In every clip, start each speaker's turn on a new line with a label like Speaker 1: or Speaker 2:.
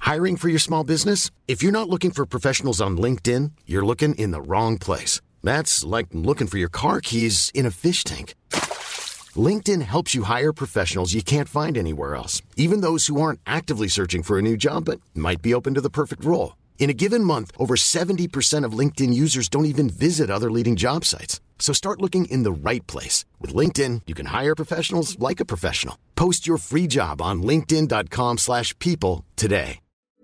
Speaker 1: Hiring for your small business? If you're not looking for professionals on LinkedIn, you're looking in the wrong place. That's like looking for your car keys in a fish tank. LinkedIn helps you hire professionals you can't find anywhere else, even those who aren't actively searching for a new job but might be open to the perfect role. In a given month, over 70% of LinkedIn users don't even visit other leading job sites. So start looking in the right place. With LinkedIn, you can hire professionals like a professional. Post your free job on linkedin.com/people today.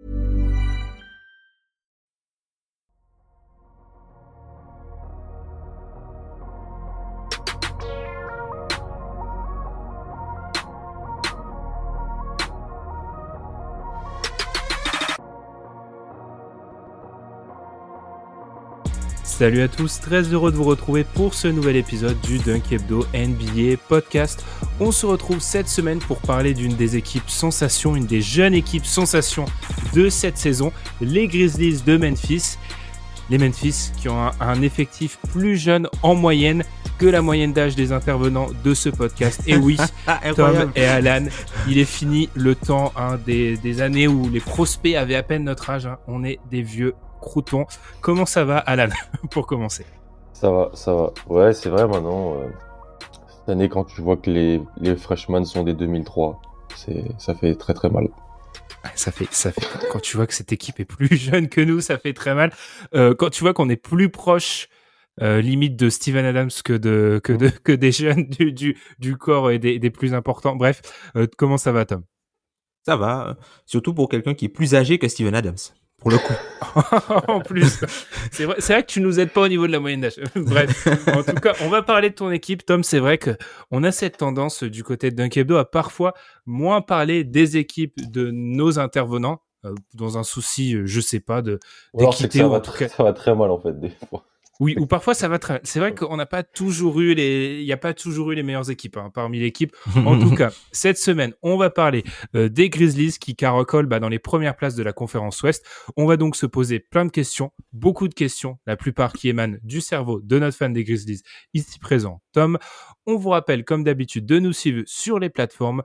Speaker 2: Salut à tous, très heureux de vous retrouver pour ce nouvel épisode du Dunk Hebdo NBA Podcast. On se retrouve cette semaine pour parler d'une des équipes sensations, une des jeunes équipes sensations de cette saison, les Grizzlies de Memphis. Les Memphis qui ont un effectif plus jeune en moyenne que la moyenne d'âge des intervenants de ce podcast. Et oui, Tom et Alan, il est fini le temps des années où les prospects avaient à peine notre âge. On est des vieux croutons. Comment ça va, Alan, pour commencer?
Speaker 3: Ça va. Ouais, c'est vrai maintenant. Cette année, quand tu vois que les freshmen sont des 2003, ça fait très très mal.
Speaker 2: Ça fait. Quand tu vois que cette équipe est plus jeune que nous, ça fait très mal. Quand tu vois qu'on est plus proche, limite de Steven Adams que des jeunes du corps et des plus importants. Bref, comment ça va, Tom?
Speaker 4: Ça va, surtout pour quelqu'un qui est plus âgé que Steven Adams. Pour le coup.
Speaker 2: En plus, c'est vrai que tu nous aides pas au niveau de la moyenne d'âge. Bref, en tout cas, on va parler de ton équipe, Tom. C'est vrai que on a cette tendance du côté de Dunk Hebdo à parfois moins parler des équipes de nos intervenants dans un souci, je sais pas, d'équité.
Speaker 3: Ça va très mal en fait des fois.
Speaker 2: Oui, ou parfois ça va très. C'est vrai qu'on n'a pas toujours eu il n'y a pas toujours eu les meilleures équipes parmi l'équipe. En tout cas, cette semaine, on va parler des Grizzlies qui caracolent dans les premières places de la conférence Ouest. On va donc se poser plein de questions, beaucoup de questions, la plupart qui émanent du cerveau de notre fan des Grizzlies ici présent, Tom. On vous rappelle, comme d'habitude, de nous suivre sur les plateformes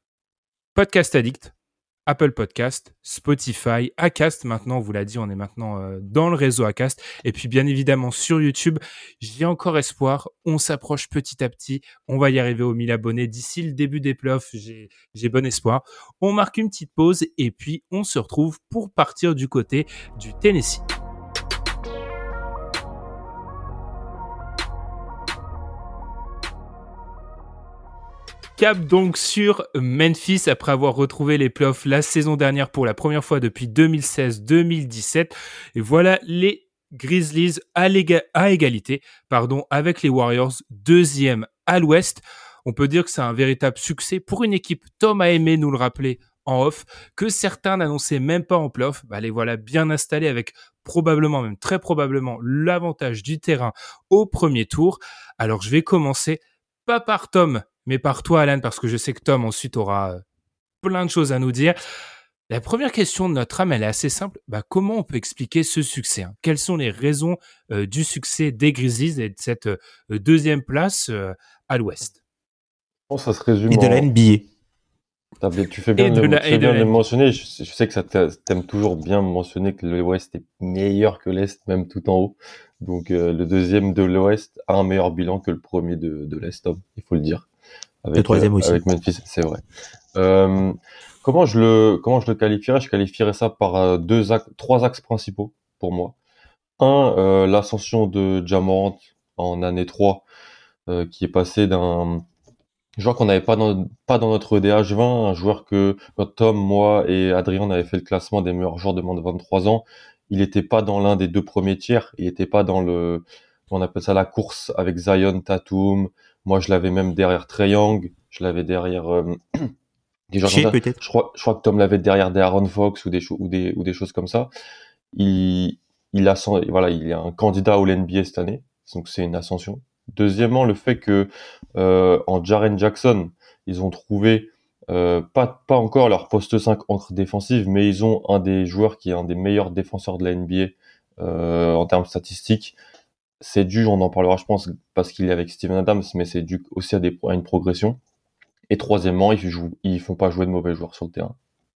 Speaker 2: Podcast Addict, Apple Podcast, Spotify, Acast. Maintenant, on vous l'a dit, on est maintenant dans le réseau Acast. Et puis, bien évidemment, sur YouTube, j'ai encore espoir. On s'approche petit à petit. On va y arriver aux 1000 abonnés d'ici le début des playoffs. J'ai bon espoir. On marque une petite pause et puis on se retrouve pour partir du côté du Tennessee. Cap donc sur Memphis après avoir retrouvé les playoffs la saison dernière pour la première fois depuis 2016-2017. Et voilà les Grizzlies à égalité avec les Warriors, deuxième à l'Ouest. On peut dire que c'est un véritable succès pour une équipe, Tom a aimé nous le rappeler en off, que certains n'annonçaient même pas en playoff. Les voilà bien installés avec probablement, même très probablement, l'avantage du terrain au premier tour. Alors je vais commencer, pas par Tom, mais par toi, Alan, parce que je sais que Tom, ensuite, aura plein de choses à nous dire. La première question de notre âme, elle est assez simple. Comment on peut expliquer ce succès? Quelles sont les raisons du succès des Grizzlies et de cette deuxième place à l'Ouest?
Speaker 3: Ça se résume
Speaker 4: et de la NBA.
Speaker 3: Tu fais bien de le mentionner. Je sais que ça t'aimes toujours bien mentionner que l'Ouest est meilleur que l'Est, même tout en haut. Donc le deuxième de l'Ouest a un meilleur bilan que le premier de l'Est, Tom, il faut le dire.
Speaker 4: Le troisième aussi.
Speaker 3: Avec Memphis, c'est vrai. Comment je le qualifierais? Je qualifierais ça par trois axes principaux pour moi. L'ascension de Ja Morant en année 3, qui est passé d'un joueur qu'on n'avait pas dans notre EDH20, un joueur que quand Tom, moi et Adrien on avait fait le classement des meilleurs joueurs de moins de 23 ans, il était pas dans l'un des deux premiers tiers, il était pas dans on appelle ça la course avec Zion, Tatum. Moi, je l'avais même derrière Trae Young, je l'avais derrière des joueurs comme ça.
Speaker 4: Peut-être.
Speaker 3: Je crois que Tom l'avait derrière des Aaron Fox ou des choses comme ça. Il est un candidat au NBA cette année, donc c'est une ascension. Deuxièmement, le fait que en Jaren Jackson, ils ont trouvé pas encore leur poste 5 encre défensive, mais ils ont un des joueurs qui est un des meilleurs défenseurs de la NBA en termes statistiques. C'est dû, on en parlera je pense, parce qu'il est avec Steven Adams, mais c'est dû aussi à une progression. Et troisièmement, ils font pas jouer de mauvais joueurs sur le terrain.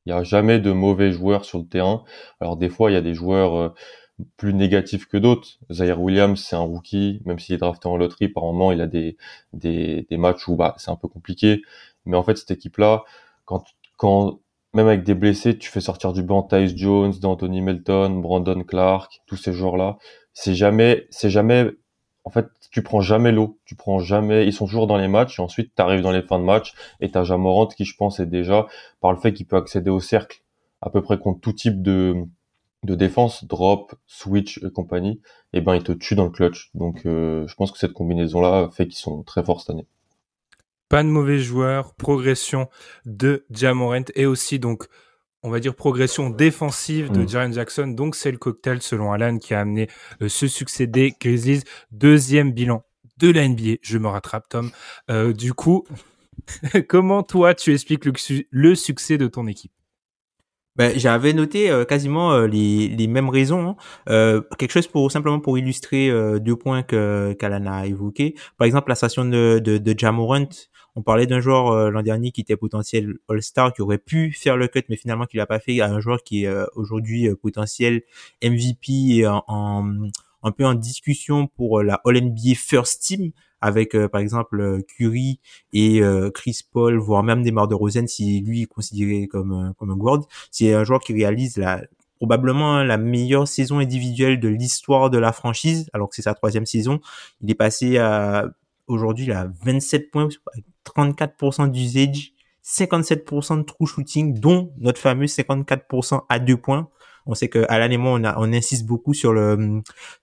Speaker 3: Il y a jamais de mauvais joueurs sur le terrain. Alors des fois, il y a des joueurs plus négatifs que d'autres. Zaire Williams, c'est un rookie, même s'il est drafté en loterie, par moment, il a des matchs où c'est un peu compliqué. Mais en fait, cette équipe-là, quand même avec des blessés, tu fais sortir du banc Tyus Jones, d'Anthony Melton, Brandon Clark, tous ces joueurs-là. C'est jamais, en fait, tu prends jamais l'eau. Tu prends jamais, ils sont toujours dans les matchs, et ensuite, t'arrives dans les fins de match, et t'as Ja Morant qui, je pense, est déjà, par le fait qu'il peut accéder au cercle, à peu près contre tout type de défense, drop, switch et compagnie, et ben, ils te tuent dans le clutch. Donc, je pense que cette combinaison-là fait qu'ils sont très forts cette année.
Speaker 2: Pas de mauvais joueurs, progression de Ja Morant et aussi donc on va dire progression défensive de Jaren Jackson. Donc c'est le cocktail selon Alan qui a amené ce succès des Grizzlies. Deuxième bilan de la NBA. Je me rattrape Tom. Du coup, comment toi tu expliques le succès de ton équipe?
Speaker 4: Ben, j'avais noté quasiment les mêmes raisons. Hein. Quelque chose simplement pour illustrer deux points qu'Alan a évoqués. Par exemple, la station de Ja Morant. On parlait d'un joueur l'an dernier qui était potentiel All-Star, qui aurait pu faire le cut, mais finalement qui l'a pas fait. Un joueur qui est aujourd'hui potentiel MVP et un peu en discussion pour la All-NBA First Team avec par exemple Curry et Chris Paul, voire même DeMar DeRozan si lui est considéré comme un guard. C'est un joueur qui réalise probablement la meilleure saison individuelle de l'histoire de la franchise, alors que c'est sa 3e saison. Il est passé à aujourd'hui là 27 points, 34% d'usage, 57% de true shooting, dont notre fameux 54% à 2 points. On sait que Alan et moi on insiste beaucoup sur le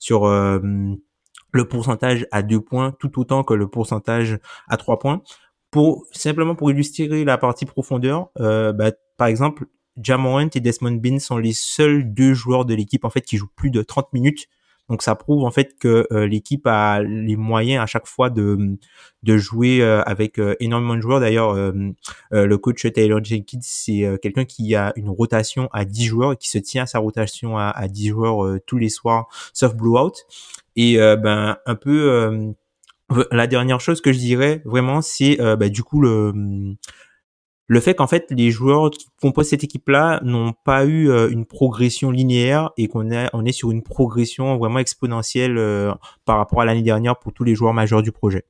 Speaker 4: pourcentage à 2 points tout autant que le pourcentage à 3 points. Simplement pour illustrer la partie profondeur, par exemple, Ja Morant et Desmond Bane sont les seuls 2 joueurs de l'équipe en fait qui jouent plus de 30 minutes. Donc ça prouve en fait que l'équipe a les moyens à chaque fois de jouer avec énormément de joueurs. D'ailleurs, le coach Taylor Jenkins, c'est quelqu'un qui a une rotation à 10 joueurs et qui se tient à sa rotation à 10 joueurs tous les soirs, sauf blowout. Et un peu la dernière chose que je dirais vraiment, c'est du coup le fait qu'en fait les joueurs qui composent cette équipe-là n'ont pas eu une progression linéaire et on est sur une progression vraiment exponentielle par rapport à l'année dernière pour tous les joueurs majeurs du projet.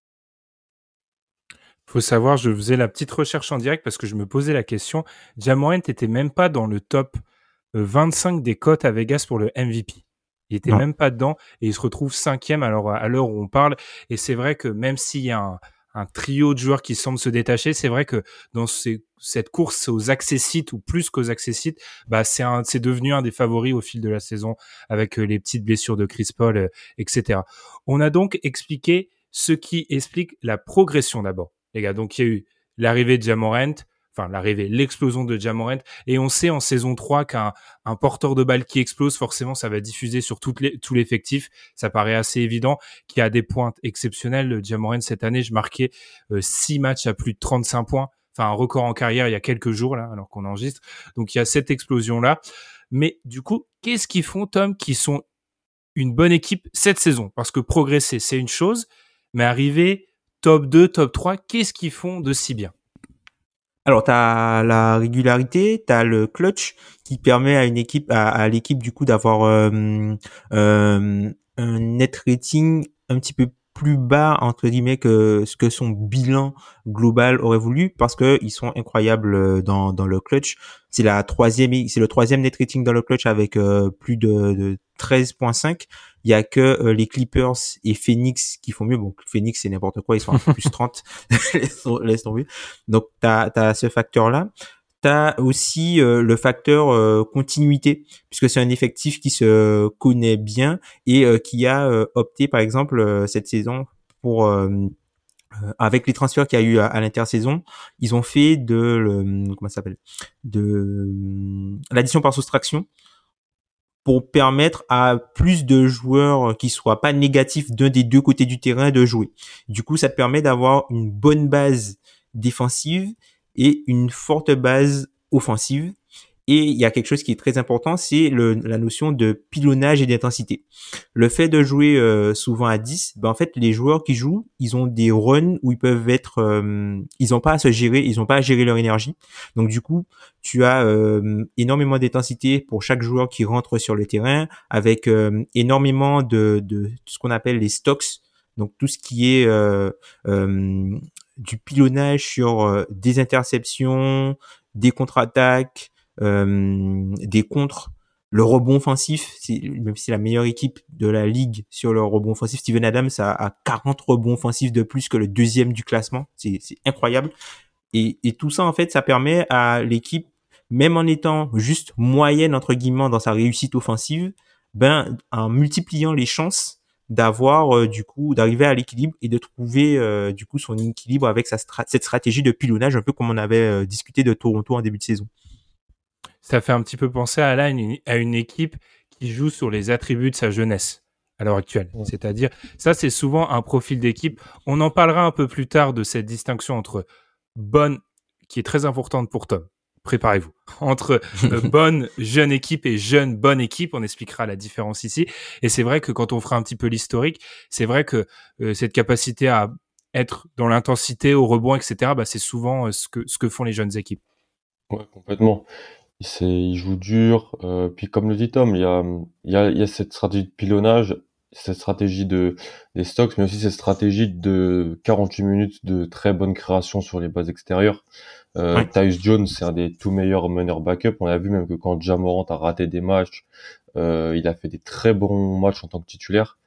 Speaker 2: Faut savoir, je faisais la petite recherche en direct parce que je me posais la question. Ja Morant était même pas dans le top 25 des cotes à Vegas pour le MVP. Il était même pas dedans et il se retrouve 5e à l'heure où on parle. Et c'est vrai que même s'il y a un trio de joueurs qui semble se détacher, c'est vrai que dans cette course aux accessites ou plus qu'aux accessites, c'est devenu un des favoris au fil de la saison avec les petites blessures de Chris Paul, etc. On a donc expliqué ce qui explique la progression d'abord, les gars. Donc il y a eu l'arrivée de Ja Morant, l'explosion de Ja Morant, et on sait en saison 3 qu'un porteur de balle qui explose, forcément, ça va diffuser sur tout l'effectif. Ça paraît assez évident qu'il y a des pointes exceptionnelles. Ja Morant, cette année, je marquais 6 matchs à plus de 35 points. Enfin, un record en carrière il y a quelques jours, là, alors qu'on enregistre. Donc, il y a cette explosion-là. Mais du coup, qu'est-ce qu'ils font, Tom, qui sont une bonne équipe cette saison? Parce que progresser, c'est une chose, mais arriver top 2, top 3, qu'est-ce qu'ils font de si bien?
Speaker 4: Alors, t'as la régularité, t'as le clutch qui permet à une équipe, à l'équipe du coup d'avoir un net rating un petit peu plus bas entre guillemets que ce que son bilan global aurait voulu parce que ils sont incroyables dans le clutch. C'est le 3e net rating dans le clutch avec plus de 13.5. Il y a que les Clippers et Phoenix qui font mieux. Bon, Phoenix c'est n'importe quoi, ils sont à plus 30. Laisse tomber. Donc t'as ce facteur-là. T'as aussi le facteur continuité, puisque c'est un effectif qui se connaît bien et qui a opté, par exemple, cette saison pour avec les transferts qu'il y a eu à l'intersaison, ils ont fait de l'addition par soustraction pour permettre à plus de joueurs qui soient pas négatifs d'un des deux côtés du terrain de jouer. Du coup, ça te permet d'avoir une bonne base défensive et une forte base offensive. Et il y a quelque chose qui est très important, c'est la notion de pilonnage et d'intensité. Le fait de jouer souvent à 10, en fait, les joueurs qui jouent, ils ont des runs où ils peuvent être, ils n'ont pas à se gérer, ils n'ont pas à gérer leur énergie. Donc du coup, tu as énormément d'intensité pour chaque joueur qui rentre sur le terrain, avec énormément de ce qu'on appelle les stocks. Donc tout ce qui est du pilonnage sur des interceptions, des contre-attaques, des contres, le rebond offensif, même si c'est la meilleure équipe de la ligue sur le rebond offensif, Steven Adams a 40 rebonds offensifs de plus que le deuxième du classement. C'est incroyable. Et tout ça, en fait, ça permet à l'équipe, même en étant juste moyenne, entre guillemets, dans sa réussite offensive, en multipliant les chances d'avoir, du coup, d'arriver à l'équilibre et de trouver, du coup, son équilibre avec cette stratégie de pilonnage, un peu comme on avait discuté de Toronto en début de saison.
Speaker 2: Ça fait un petit peu penser à une équipe qui joue sur les attributs de sa jeunesse à l'heure actuelle. Ouais. C'est-à-dire, ça, c'est souvent un profil d'équipe. On en parlera un peu plus tard de cette distinction entre bonne, qui est très importante pour Tom. Préparez-vous. Entre bonne jeune équipe et jeune bonne équipe, on expliquera la différence ici. Et c'est vrai que quand on fera un petit peu l'historique, c'est vrai que cette capacité à être dans l'intensité, au rebond, etc., c'est souvent ce que font les jeunes équipes.
Speaker 3: Ouais, complètement. Il joue dur. Puis comme le dit Tom, il y a cette stratégie de pilonnage, cette stratégie des stocks, mais aussi cette stratégie de 48 minutes de très bonne création sur les bases extérieures. Ouais. Tyus Jones, c'est un des tout meilleurs meneurs backup. On a vu même que quand Ja Morant a raté des matchs, il a fait des très bons matchs en tant que titulaire.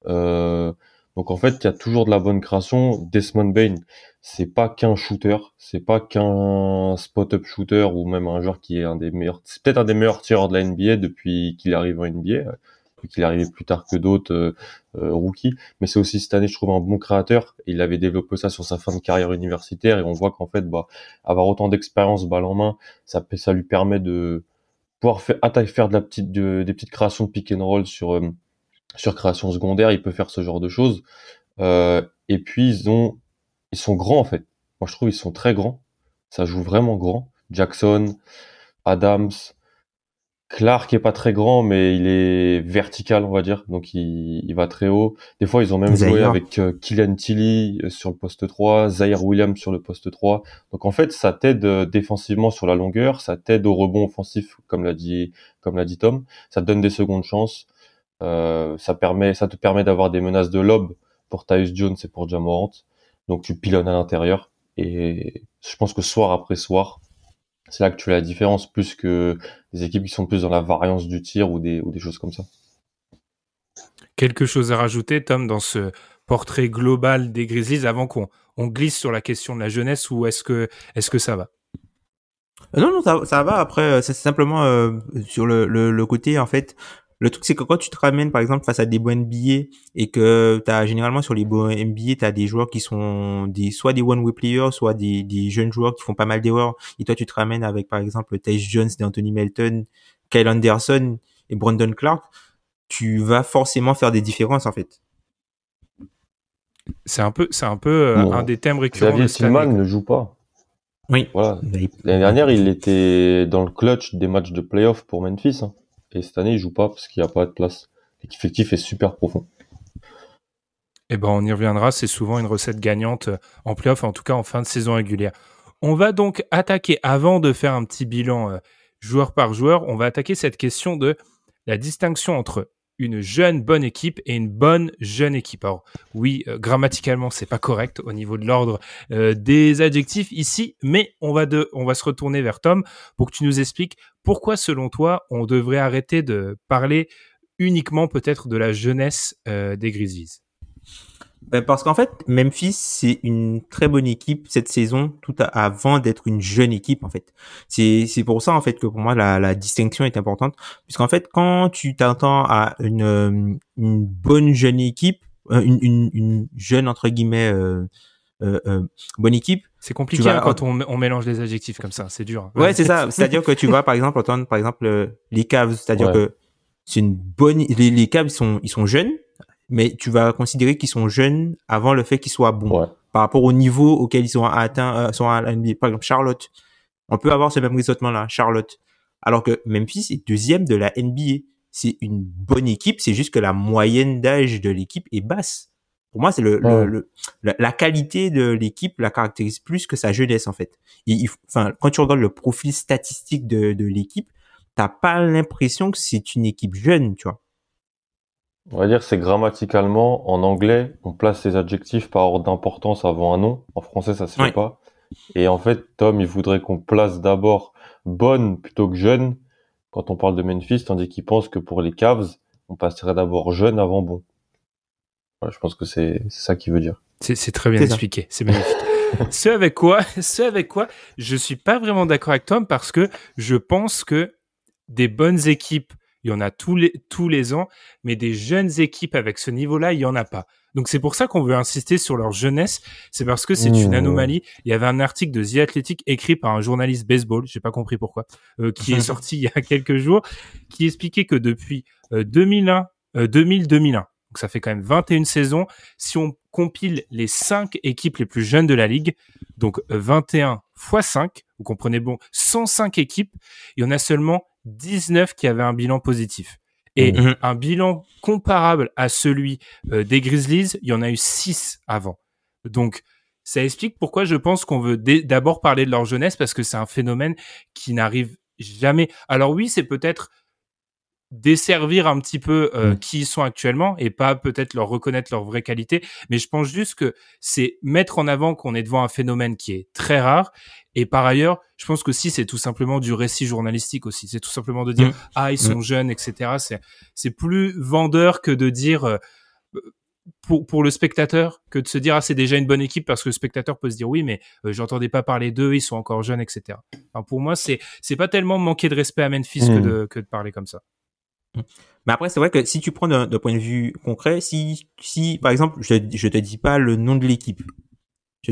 Speaker 3: Donc en fait, il y a toujours de la bonne création. Desmond Bane, c'est pas qu'un shooter, c'est pas qu'un spot-up shooter ou même un joueur qui est c'est peut-être un des meilleurs tireurs de la NBA depuis qu'il arrive en NBA, depuis qu'il est arrivé plus tard que d'autres rookies. Mais c'est aussi cette année, je trouve, un bon créateur. Il avait développé ça sur sa fin de carrière universitaire et on voit qu'en fait, avoir autant d'expérience balle en main, ça lui permet de pouvoir faire des petites créations de pick and roll sur création secondaire. Il peut faire ce genre de choses. Et puis ils sont grands en fait. Moi je trouve ils sont très grands. Ça joue vraiment grand. Jackson, Adams, Clark est pas très grand mais il est vertical on va dire. Donc il va très haut. Des fois ils ont même joué avec Killian Tilly sur le poste 3, Zaire Williams sur le poste 3. Donc en fait ça t'aide défensivement sur la longueur, ça t'aide au rebond offensif comme l'a dit Tom. Ça te donne des secondes chances. Ça te permet d'avoir des menaces de lob pour Tyus Jones et pour Ja Morant. Donc tu pilonnes à l'intérieur et je pense que soir après soir, c'est là que tu as la différence plus que des équipes qui sont plus dans la variance du tir ou des choses comme ça.
Speaker 2: Quelque chose à rajouter, Tom, dans ce portrait global des Grizzlies avant qu'on glisse sur la question de la jeunesse ou est-ce que ça va?
Speaker 4: Non, ça va. Après, c'est simplement sur le côté, en fait, le truc, c'est que quand tu te ramènes, par exemple, face à des bons NBA et que généralement sur les bons NBA, t'as des joueurs qui sont soit des one-way players, soit des jeunes joueurs qui font pas mal d'erreurs. Et toi, tu te ramènes avec, par exemple, Tyus Jones, d'Anthony Melton, Kyle Anderson et Brandon Clark. Tu vas forcément faire des différences, en fait.
Speaker 2: C'est un peu un des thèmes récurrents.
Speaker 3: Xavier Tillman ne joue pas.
Speaker 4: Oui.
Speaker 3: Voilà. L'année dernière, il était dans le clutch des matchs de playoff pour Memphis. Hein. Et cette année, il joue pas parce qu'il n'y a pas de place. L'effectif est super profond.
Speaker 2: Eh ben, on y reviendra. C'est souvent une recette gagnante en playoff, en tout cas en fin de saison régulière. On va donc attaquer, avant de faire un petit bilan joueur par joueur, on va attaquer cette question de la distinction entre une jeune bonne équipe et une bonne jeune équipe. Alors oui, grammaticalement, c'est pas correct au niveau de l'ordre des adjectifs ici, mais on va se retourner vers Tom pour que tu nous expliques pourquoi, selon toi, on devrait arrêter de parler uniquement peut-être de la jeunesse des Grizzlies.
Speaker 4: Parce qu'en fait, Memphis, c'est une très bonne équipe cette saison, avant d'être une jeune équipe, en fait. C'est pour ça, en fait, que pour moi, la distinction est importante. Puisqu'en fait, quand tu t'attends à une bonne jeune équipe, une jeune, entre guillemets, bonne équipe.
Speaker 2: C'est compliqué quand on mélange les adjectifs comme ça, c'est dur.
Speaker 4: Ouais, c'est ça. C'est-à-dire que tu vas, par exemple, entendre, par exemple, les Cavs. C'est-à-dire que c'est une bonne, les Cavs ils sont jeunes. Mais tu vas considérer qu'ils sont jeunes avant le fait qu'ils soient bons par rapport au niveau auquel ils sont atteints, sont à la NBA. Par exemple, Charlotte, on peut avoir ce même raisonnement-là. Charlotte, Alors que Memphis est deuxième de la NBA. C'est une bonne équipe, c'est juste que la moyenne d'âge de l'équipe est basse. Pour moi, c'est la qualité de l'équipe la caractérise plus que sa jeunesse, en fait. Enfin, quand tu regardes le profil statistique de l'équipe, t'as pas l'impression que c'est une équipe jeune, tu vois.
Speaker 3: On va dire que c'est grammaticalement, en anglais, on place les adjectifs par ordre d'importance avant un nom. En français, ça se fait pas. Et en fait, Tom, il voudrait qu'on place d'abord bonne plutôt que jeune quand on parle de Memphis, tandis qu'il pense que pour les Cavs, on passerait d'abord jeune avant bon. Voilà, je pense que c'est ça qu'il veut dire.
Speaker 2: C'est très bien expliqué, c'est magnifique. ce avec quoi, je suis pas vraiment d'accord avec Tom parce que je pense que des bonnes équipes, il y en a tous les ans, mais des jeunes équipes avec ce niveau-là, il y en a pas. Donc c'est pour ça qu'on veut insister sur leur jeunesse, c'est parce que c'est une anomalie. Il y avait un article de The Athletic écrit par un journaliste baseball, j'ai pas compris pourquoi, qui est sorti il y a quelques jours, qui expliquait que depuis 2001, donc ça fait quand même 21 saisons, si on compile les 5 équipes les plus jeunes de la ligue, donc 21 x 5, vous comprenez bon, 105 équipes, il y en a seulement 19 qui avaient un bilan positif. Et un bilan comparable à celui des Grizzlies, il y en a eu 6 avant. Donc, ça explique pourquoi je pense qu'on veut d'abord parler de leur jeunesse, parce que c'est un phénomène qui n'arrive jamais. Alors oui, c'est peut-être desservir un petit peu qui ils sont actuellement et pas peut-être leur reconnaître leur vraie qualité, mais je pense juste que c'est mettre en avant qu'on est devant un phénomène qui est très rare. Et par ailleurs, je pense que si c'est tout simplement du récit journalistique aussi, c'est tout simplement de dire ils sont jeunes, etc. C'est plus vendeur que de dire pour le spectateur, que de se dire c'est déjà une bonne équipe, parce que le spectateur peut se dire oui, mais j'entendais pas parler d'eux, ils sont encore jeunes, etc. Enfin, pour moi, c'est pas tellement manquer de respect à Memphis que de parler comme ça.
Speaker 4: Mais après, c'est vrai que si tu prends d'un point de vue concret, si par exemple, je te dis pas le nom de l'équipe. Je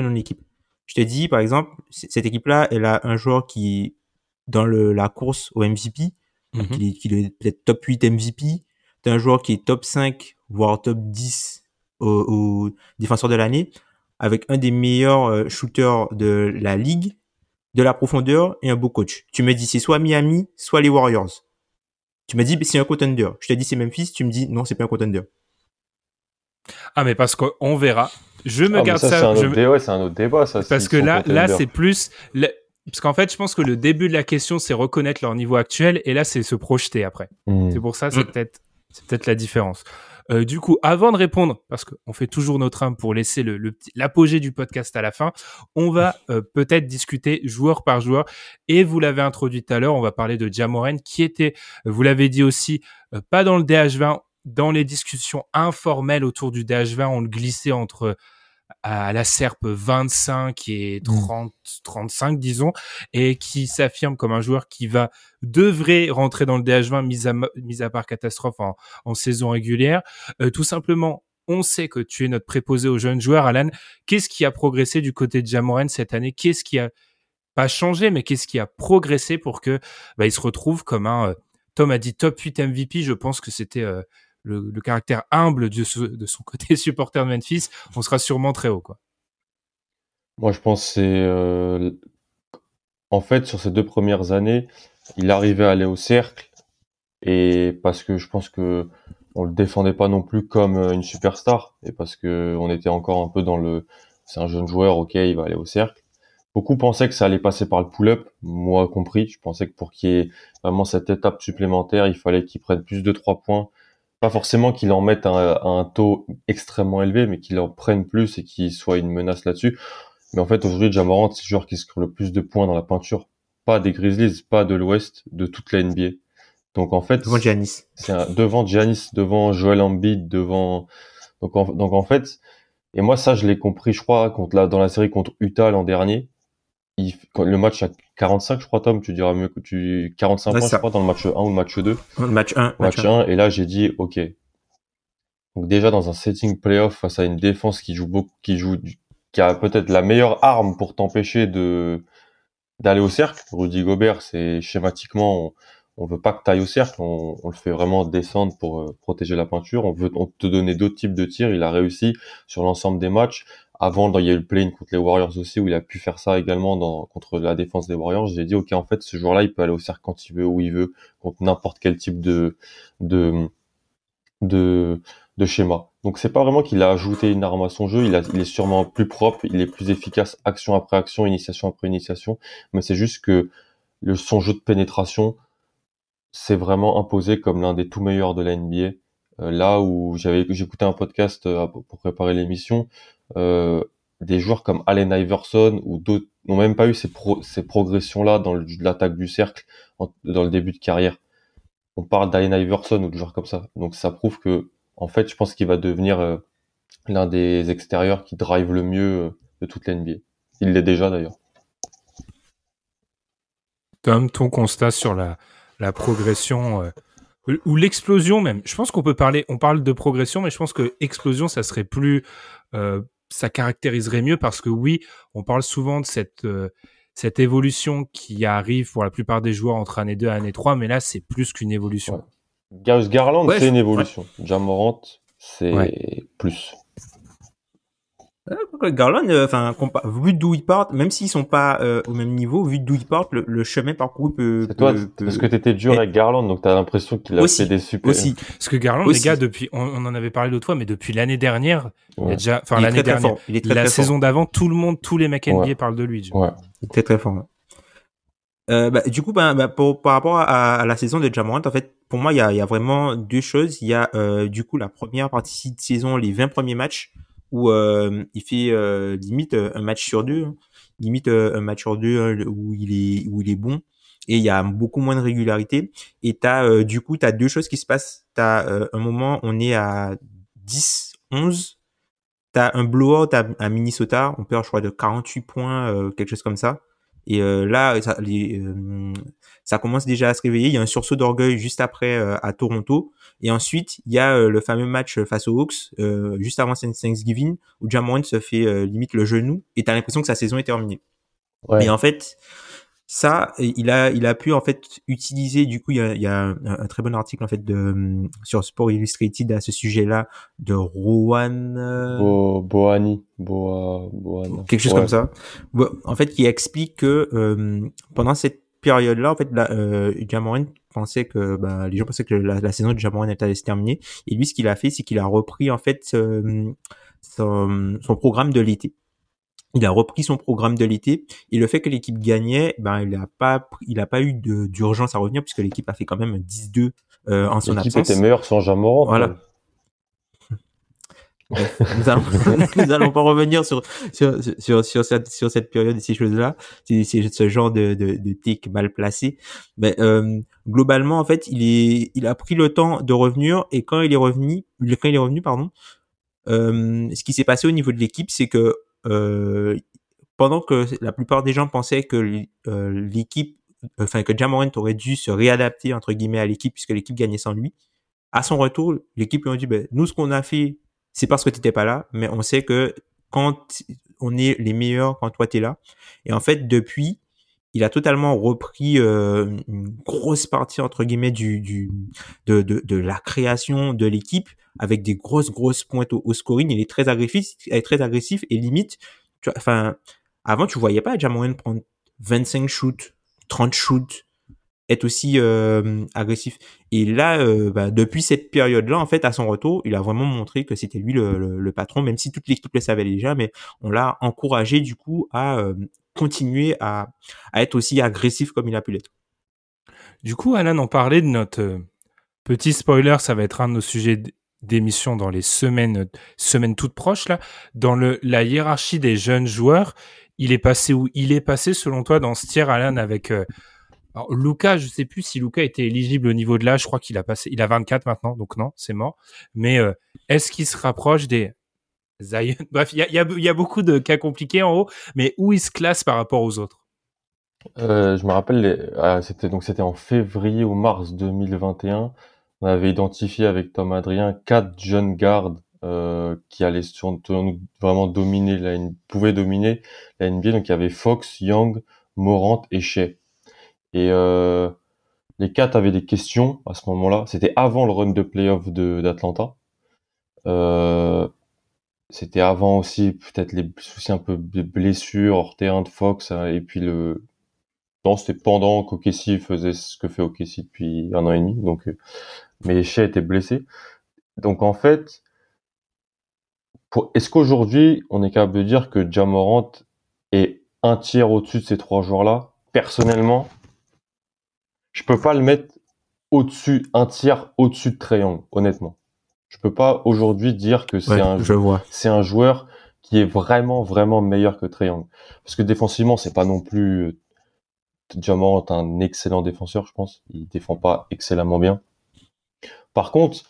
Speaker 4: te dis, par exemple, cette équipe-là, elle a un joueur qui est dans la course au MVP, qui est peut-être top 8 MVP. T'as un joueur qui est top 5, voire top 10 au défenseur de l'année, avec un des meilleurs shooters de la ligue, de la profondeur et un beau coach. Tu me dis, c'est soit Miami, soit les Warriors. Tu m'as dit, c'est un contender. Je t'ai dit, c'est Memphis. Tu me dis, non, c'est pas un contender.
Speaker 2: Ah, mais parce qu'on verra. Je me garde ça.
Speaker 3: C'est un autre débat, ça.
Speaker 2: Parce que là, c'est plus. Parce qu'en fait, je pense que le début de la question, c'est reconnaître leur niveau actuel, et là, c'est se projeter après. C'est pour ça, c'est peut-être la différence. Du coup, avant de répondre, parce qu'on fait toujours notre âme pour laisser l'apogée du podcast à la fin, on va peut-être discuter joueur par joueur. Et vous l'avez introduit tout à l'heure, on va parler de Ja Morant, qui était, vous l'avez dit aussi, pas dans le DH20, dans les discussions informelles autour du DH20, on le glissait entre à la SERP 25 et 35, disons, et qui s'affirme comme un joueur qui devrait rentrer dans le DH20, mis à part catastrophe en saison régulière. Tout simplement, on sait que tu es notre préposé aux jeunes joueurs, Alan. Qu'est-ce qui a progressé du côté de Ja Morant cette année? Qu'est-ce qui a pas changé, mais qu'est-ce qui a progressé pour que il se retrouve comme Tom a dit top 8 MVP, je pense que c'était le caractère humble de son côté supporter de Memphis, on sera sûrement très haut, quoi.
Speaker 3: Moi, je pense que c'est en fait, sur ces 2 premières années, il arrivait à aller au cercle, et parce que je pense que on le défendait pas non plus comme une superstar, et parce que on était encore un peu c'est un jeune joueur, ok, il va aller au cercle. Beaucoup pensaient que ça allait passer par le pull-up, moi compris. Je pensais que pour qu'il y ait vraiment cette étape supplémentaire, il fallait qu'il prenne plus de 3 points. Pas forcément qu'il en mette un taux extrêmement élevé, mais qu'il en prenne plus et qu'il soit une menace là-dessus. Mais en fait, aujourd'hui, Ja Morant, c'est le joueur qui score le plus de points dans la peinture. Pas des Grizzlies, pas de l'Ouest, de toute la NBA. Donc en fait,
Speaker 4: devant Giannis,
Speaker 3: devant Giannis, devant Joel Embiid, devant donc en fait, et moi ça je l'ai compris, je crois, dans la série contre Utah l'an dernier. Le match à 45, je crois, Tom, tu diras mieux que 45 points, je crois, dans le match 1 ou le match 2.
Speaker 4: Le match 1.
Speaker 3: Match 1, et là, j'ai dit, ok. Donc, déjà, dans un setting playoff, face à une défense qui a peut-être la meilleure arme pour t'empêcher d'aller au cercle. Rudy Gobert, c'est schématiquement, on veut pas que t'ailles au cercle, on le fait vraiment descendre pour protéger la peinture. On te donner d'autres types de tirs. Il a réussi sur l'ensemble des matchs avant, il y a eu le play-in contre les Warriors aussi, où il a pu faire ça également contre la défense des Warriors. J'ai dit, ok, en fait, ce joueur-là, il peut aller au cercle quand il veut, où il veut, contre n'importe quel type de, de, de schéma. Donc c'est pas vraiment qu'il a ajouté une arme à son jeu, il est sûrement plus propre, il est plus efficace action après action, initiation après initiation, mais c'est juste que son jeu de pénétration s'est vraiment imposé comme l'un des tout meilleurs de la NBA. Là où j'écoutais un podcast pour préparer l'émission, euh, des joueurs comme Allen Iverson ou d'autres n'ont même pas eu ces progressions-là dans l'attaque du cercle dans le début de carrière. On parle d'Allen Iverson ou de joueurs comme ça. Donc ça prouve que, en fait, je pense qu'il va devenir l'un des extérieurs qui drive le mieux de toute la NBA. Il l'est déjà d'ailleurs.
Speaker 2: Tom, ton constat sur la progression ou l'explosion même. Je pense on parle de progression, mais je pense que explosion, ça serait plus, ça caractériserait mieux parce que oui, on parle souvent de cette évolution qui arrive pour la plupart des joueurs entre année 2 et année 3, mais là, c'est plus qu'une évolution.
Speaker 3: Ouais. Darius Garland,
Speaker 4: Ouais,
Speaker 3: c'est une évolution.
Speaker 4: ouais.
Speaker 3: Ja Morant, c'est plus.
Speaker 4: Garland, vu d'où ils partent, même s'ils sont pas au même niveau, vu d'où ils partent, le chemin parcouru
Speaker 3: C'est parce que t'étais dur avec Garland, donc t'as l'impression qu'il a fait des super.
Speaker 4: Aussi.
Speaker 2: Parce que Garland, les gars, on en avait parlé l'autre fois, mais depuis l'année dernière,
Speaker 3: Ouais.
Speaker 2: l'année dernière, la saison
Speaker 4: fort.
Speaker 2: d'avant, tous les mecs NBA parlent de lui.
Speaker 3: Ouais.
Speaker 4: Il est très très fort. Du coup, par rapport à la saison de Ja Morant, en fait, pour moi, il y a vraiment deux choses. Il y a du coup la première partie de saison, les 20 premiers matchs, où il fait limite un match sur deux, hein. Limite un match sur deux hein, où il est bon. Et il y a beaucoup moins de régularité. Et du coup, t'as deux choses qui se passent. T'as un moment, on est à 10-11. T'as un blowout à Minnesota. On perd, je crois, de 48 points, quelque chose comme ça. Et là, ça commence déjà à se réveiller. Il y a un sursaut d'orgueil juste après à Toronto. Et ensuite, il y a le fameux match face aux Hawks, juste avant Thanksgiving, où Ja Morant se fait limite le genou. Et t'as l'impression que sa saison est terminée.
Speaker 3: Ouais.
Speaker 4: Mais en fait, ça, il a pu en fait utiliser. Du coup, il y a un très bon article en fait sur Sport Illustrated à ce sujet-là de Rowan.
Speaker 3: Boana.
Speaker 4: Quelque chose comme ça. En fait, qui explique que pendant cette période-là, en fait, Ja Morant pensait que les gens pensaient que la saison de Ja Morant allait se terminer. Et lui, ce qu'il a fait, c'est qu'il a repris en fait son programme de l'été. Il a repris son programme de l'été et le fait que l'équipe gagnait, il a pas eu d'urgence à revenir puisque l'équipe a fait quand même 10-2 en son absence.
Speaker 3: L'équipe était meilleure sans Ja Morant.
Speaker 4: Voilà. Bref, nous allons pas revenir sur cette période et ces choses-là. C'est ce genre de tic mal placé. Mais globalement, en fait, il a pris le temps de revenir et quand il est revenu, pardon, ce qui s'est passé au niveau de l'équipe, c'est que pendant que la plupart des gens pensaient que l'équipe, que Ja Morant aurait dû se réadapter entre guillemets à l'équipe puisque l'équipe gagnait sans lui. À son retour, l'équipe lui a dit nous ce qu'on a fait, c'est parce que t'étais pas là, mais on sait que quand on est les meilleurs quand toi t'es là. Et en fait depuis, il a totalement repris une grosse partie entre guillemets de la création de l'équipe avec des grosses pointes au scoring. Il est très agressif et limite avant tu voyais pas Ja Morant prendre 25 shoots, 30 shoots, être aussi agressif. Et là depuis cette période-là en fait à son retour, il a vraiment montré que c'était lui le patron, même si toute l'équipe le savait déjà, mais on l'a encouragé du coup à continuer à être aussi agressif comme il a pu l'être.
Speaker 2: Du coup, Alan en parlait de notre petit spoiler, ça va être un de nos sujets d'émission dans les semaines toutes proches là. Dans la hiérarchie des jeunes joueurs, il est passé où? Il est passé selon toi dans ce tiers, Alan, avec alors, Luka, je sais plus si Luka était éligible au niveau de l'âge, je crois qu'il a 24 maintenant, donc non, c'est mort. Mais est-ce qu'il se rapproche des Zion? Bref, il y a beaucoup de cas compliqués en haut, mais où il se classe par rapport aux autres?
Speaker 3: Je me rappelle, c'était en février ou mars 2021. On avait identifié avec Tom Adrien 4 jeunes gardes qui allaient vraiment pouvaient dominer la NBA. Donc il y avait Fox, Young, Morant et Shea. Et les 4 avaient des questions à ce moment-là. C'était avant le run de playoff d'Atlanta. c'était avant aussi peut-être les soucis un peu de blessures hors terrain de Fox, hein, et puis non, c'était pendant qu'OKC faisait ce que fait OKC depuis 1 an et demi, donc mais Shea était blessé. Donc en fait, est-ce qu'aujourd'hui on est capable de dire que Ja Morant est un tiers au-dessus de ces 3 joueurs-là? Personnellement, je peux pas le mettre un tiers au-dessus de Trae Young, honnêtement. Je peux pas aujourd'hui dire que c'est un joueur qui est vraiment, vraiment meilleur que Trae Young. Parce que défensivement, c'est pas non plus, Ja Morant est un excellent défenseur, je pense. Il défend pas excellemment bien. Par contre,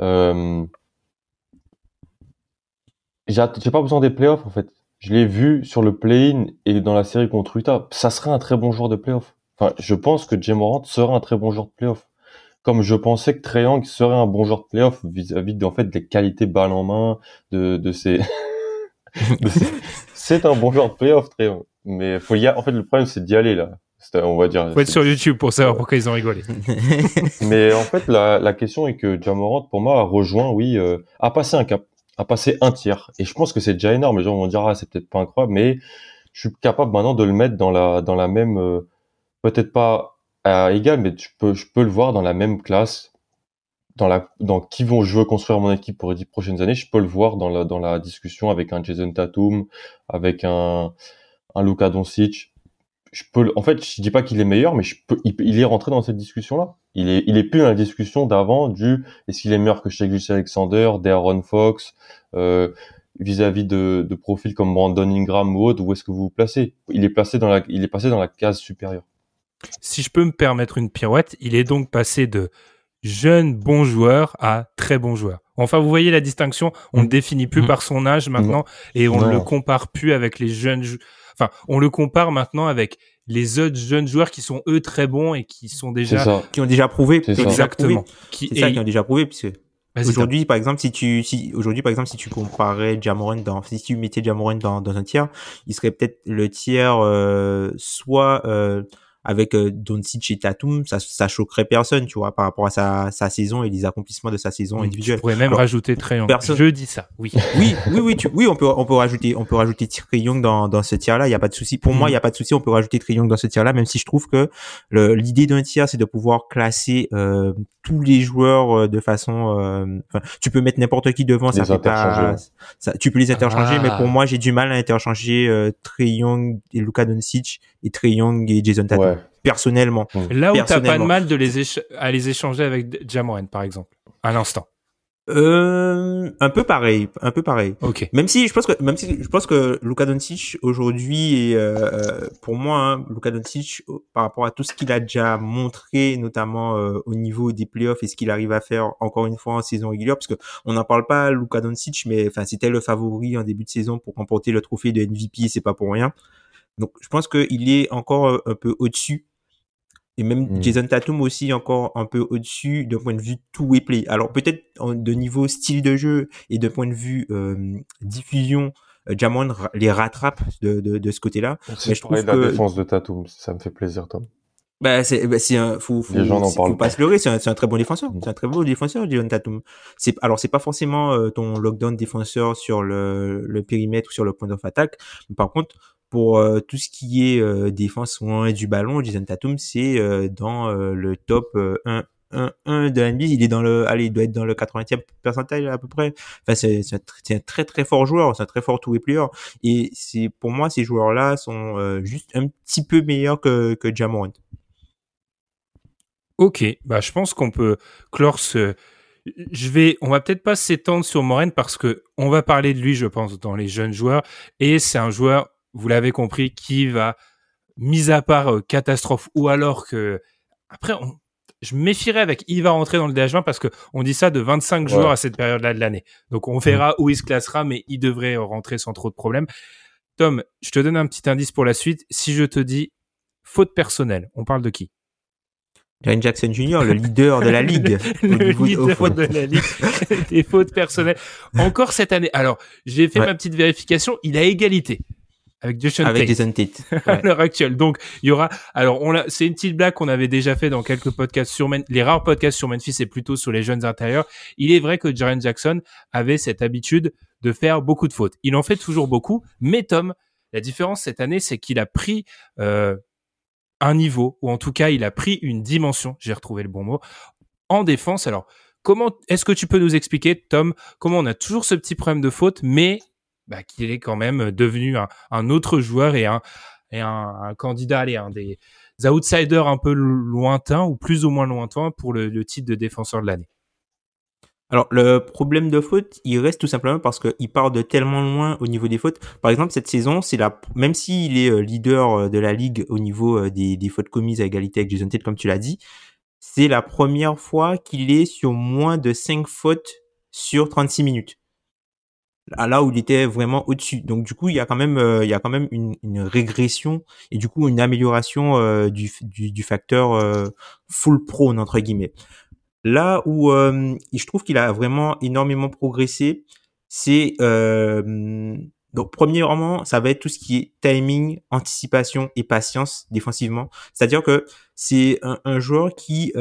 Speaker 3: j'ai pas besoin des playoffs, en fait. Je l'ai vu sur le play-in et dans la série contre Utah. Ça serait un très bon joueur de playoff. Enfin, je pense que Ja Morant serait un très bon joueur de playoff. Comme je pensais que Trae Young serait un bon joueur de playoff vis-à-vis en fait des qualités balle en main de ses c'est un bon joueur de playoff, Trae Young. Mais en fait le problème c'est d'y aller là. On va dire.
Speaker 2: Faut être sur YouTube pour savoir pourquoi ils ont rigolé.
Speaker 3: Mais en fait la question est que Ja Morant pour moi a rejoint a passé un cap, a passé un tiers et je pense que c'est déjà énorme. Les gens vont dire c'est peut-être pas incroyable mais je suis capable maintenant de le mettre dans la même peut-être pas égal, mais je peux le voir dans la même classe, je veux construire mon équipe pour les 10 prochaines années, je peux le voir dans la discussion avec un Jason Tatum, avec un Luka Doncic. En fait, je dis pas qu'il est meilleur, mais il est rentré dans cette discussion-là. Il est plus dans la discussion d'avant est-ce qu'il est meilleur que Shai Gilgeous-Alexander, De'Aaron Fox, vis-à-vis de profils comme Brandon Ingram ou autre, où est-ce que vous vous placez? Il est passé dans la case supérieure.
Speaker 2: Si je peux me permettre une pirouette, il est donc passé de jeune bon joueur à très bon joueur. Enfin, vous voyez la distinction, on ne le définit plus par son âge maintenant et on ne le compare plus avec les jeunes enfin, on le compare maintenant avec les autres jeunes joueurs qui sont eux très bons et qui sont déjà
Speaker 4: qui ont déjà prouvé.
Speaker 2: Exactement.
Speaker 4: Qui ont déjà prouvé puisque aujourd'hui par exemple si tu comparais Ja Morant si tu mettais Ja Morant dans un tiers, il serait peut-être le tiers soit avec Doncic et Tatum, ça choquerait personne, tu vois, par rapport à sa saison et les accomplissements de sa saison individuelle.
Speaker 2: Tu pourrais même rajouter Trae Young. Je dis ça, oui.
Speaker 4: Oui, on peut rajouter Trae Young dans ce tiers-là, il y a pas de souci. Pour moi, il y a pas de souci, on peut rajouter Trae Young dans ce tiers-là, même si je trouve que l'idée d'un tiers, c'est de pouvoir classer tous les joueurs de façon tu peux mettre n'importe qui devant, ça fait pas tu peux les interchanger, mais pour moi, j'ai du mal à interchanger Trae Young et Luka Doncic et Trae Young et Jason Tatum. Ouais. Personnellement.
Speaker 2: Là où t'as pas de mal de les échanger avec Ja Morant, par exemple, à l'instant.
Speaker 4: Un peu pareil.
Speaker 2: Ok.
Speaker 4: Même si je pense que Luka Doncic aujourd'hui pour moi, Luka Doncic par rapport à tout ce qu'il a déjà montré, notamment au niveau des playoffs et ce qu'il arrive à faire encore une fois en saison régulière, parce que on n'en parle pas Luka Doncic, mais enfin c'était le favori en début de saison pour remporter le trophée de MVP, c'est pas pour rien. Donc, je pense qu'il est encore un peu au-dessus. Et même Jason Tatum aussi encore un peu au-dessus d'un point de vue two-way play. Alors, peut-être de niveau style de jeu et de point de vue diffusion, Ja Morant les rattrape de ce côté-là.
Speaker 3: Mais je trouve que la défense de Tatum, ça me fait plaisir, Tom.
Speaker 4: Les gens n'en parlent pas se leurrer, c'est un très bon défenseur. C'est un très bon défenseur, Jason Tatum. C'est pas forcément ton lockdown défenseur sur le périmètre ou sur le point of attack. Mais par contre, pour tout ce qui est défense loin du ballon, Jason Tatum, c'est dans le top 1 de la NBA. Il est il doit être dans le 80e percentile à peu près. Enfin, c'est un très très fort joueur, c'est un très fort two-way player. Et pour moi, ces joueurs-là sont juste un petit peu meilleurs que Ja Morant.
Speaker 2: Ok, je pense qu'on peut clore on va peut-être pas s'étendre sur Morant parce que on va parler de lui, je pense, dans les jeunes joueurs. Et c'est un joueur, vous l'avez compris, qui va, mis à part catastrophe, ou alors que après, je me méfierais il va rentrer dans le DH20 parce que on dit ça de 25 joueurs à cette période-là de l'année. Donc on verra où il se classera, mais il devrait rentrer sans trop de problèmes. Tom, je te donne un petit indice pour la suite. Si je te dis faute personnelle, on parle de qui?
Speaker 4: Jaren Jackson Jr., le leader de la ligue.
Speaker 2: Le leader de la ligue des fautes personnelles. Encore cette année. Alors, j'ai fait ma petite vérification. Il a égalité avec Jason Tate. À l'heure actuelle. Donc, il y aura, c'est une petite blague qu'on avait déjà fait dans quelques podcasts les rares podcasts sur Memphis et plutôt sur les jeunes intérieurs. Il est vrai que Jaren Jackson avait cette habitude de faire beaucoup de fautes. Il en fait toujours beaucoup, mais Tom, la différence cette année, c'est qu'il a pris un niveau, ou en tout cas, il a pris une dimension, j'ai retrouvé le bon mot, en défense. Alors, comment est-ce que tu peux nous expliquer, Tom, comment on a toujours ce petit problème de faute, mais qu'il est quand même devenu un autre joueur et un candidat, un des outsiders un peu lointains ou plus ou moins lointains pour le titre de défenseur de l'année?
Speaker 4: Alors, le problème de faute, il reste tout simplement parce qu'il part de tellement loin au niveau des fautes. Par exemple, cette saison, même s'il est leader de la ligue au niveau des fautes commises à égalité avec Jason Tate, comme tu l'as dit, c'est la première fois qu'il est sur moins de 5 fautes sur 36 minutes. Là où il était vraiment au-dessus. Donc, du coup, il y a quand même une régression et du coup, une amélioration du facteur full prone, entre guillemets. Là où je trouve qu'il a vraiment énormément progressé, c'est donc premièrement, ça va être tout ce qui est timing, anticipation et patience défensivement. C'est-à-dire que c'est un joueur qui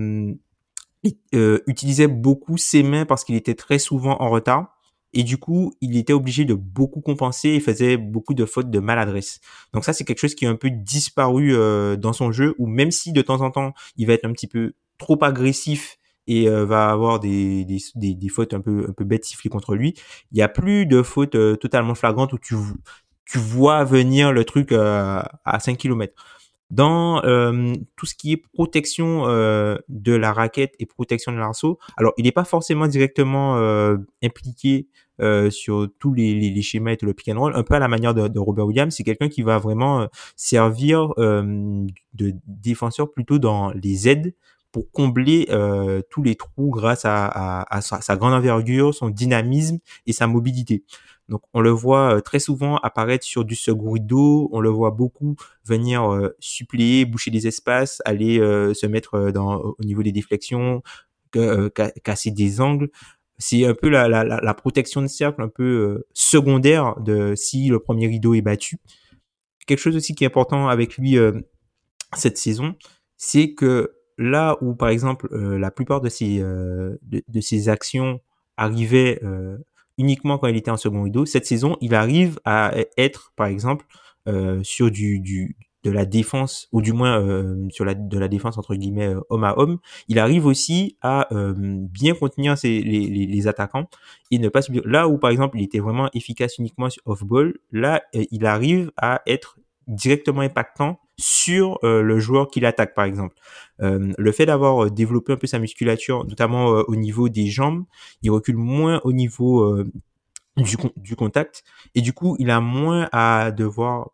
Speaker 4: utilisait beaucoup ses mains parce qu'il était très souvent en retard. Et du coup, il était obligé de beaucoup compenser et faisait beaucoup de fautes de maladresse. Donc ça, c'est quelque chose qui est un peu disparu dans son jeu, où même si de temps en temps, il va être un petit peu trop agressif et va avoir des fautes un peu bêtes sifflées contre lui, il y a plus de fautes totalement flagrantes où tu vois venir le truc à 5 km. Dans tout ce qui est protection de la raquette et protection de l'arceau, alors il n'est pas forcément directement impliqué sur tous les schémas et tout le pick and roll, un peu à la manière de Robert Williams. C'est quelqu'un qui va vraiment servir de défenseur plutôt dans les aides pour combler tous les trous grâce à sa grande envergure, son dynamisme et sa mobilité. Donc, on le voit très souvent apparaître sur du second rideau. On le voit beaucoup venir suppléer, boucher des espaces, aller se mettre au niveau des déflexions, casser des angles. C'est un peu la protection de cercle un peu secondaire de si le premier rideau est battu. Quelque chose aussi qui est important avec lui cette saison, c'est que là où, par exemple, la plupart de ses actions arrivaient uniquement quand il était en second rideau, cette saison, il arrive à être, par exemple, sur de la défense, ou du moins de la défense entre guillemets homme à homme, il arrive aussi à bien contenir les attaquants et ne pas subir. Là où, par exemple, il était vraiment efficace uniquement sur off-ball, là, il arrive à être directement impactant sur le joueur qui l'attaque, par exemple. Le fait d'avoir développé un peu sa musculature, notamment au niveau des jambes, il recule moins au niveau du contact, et du coup, il a moins à devoir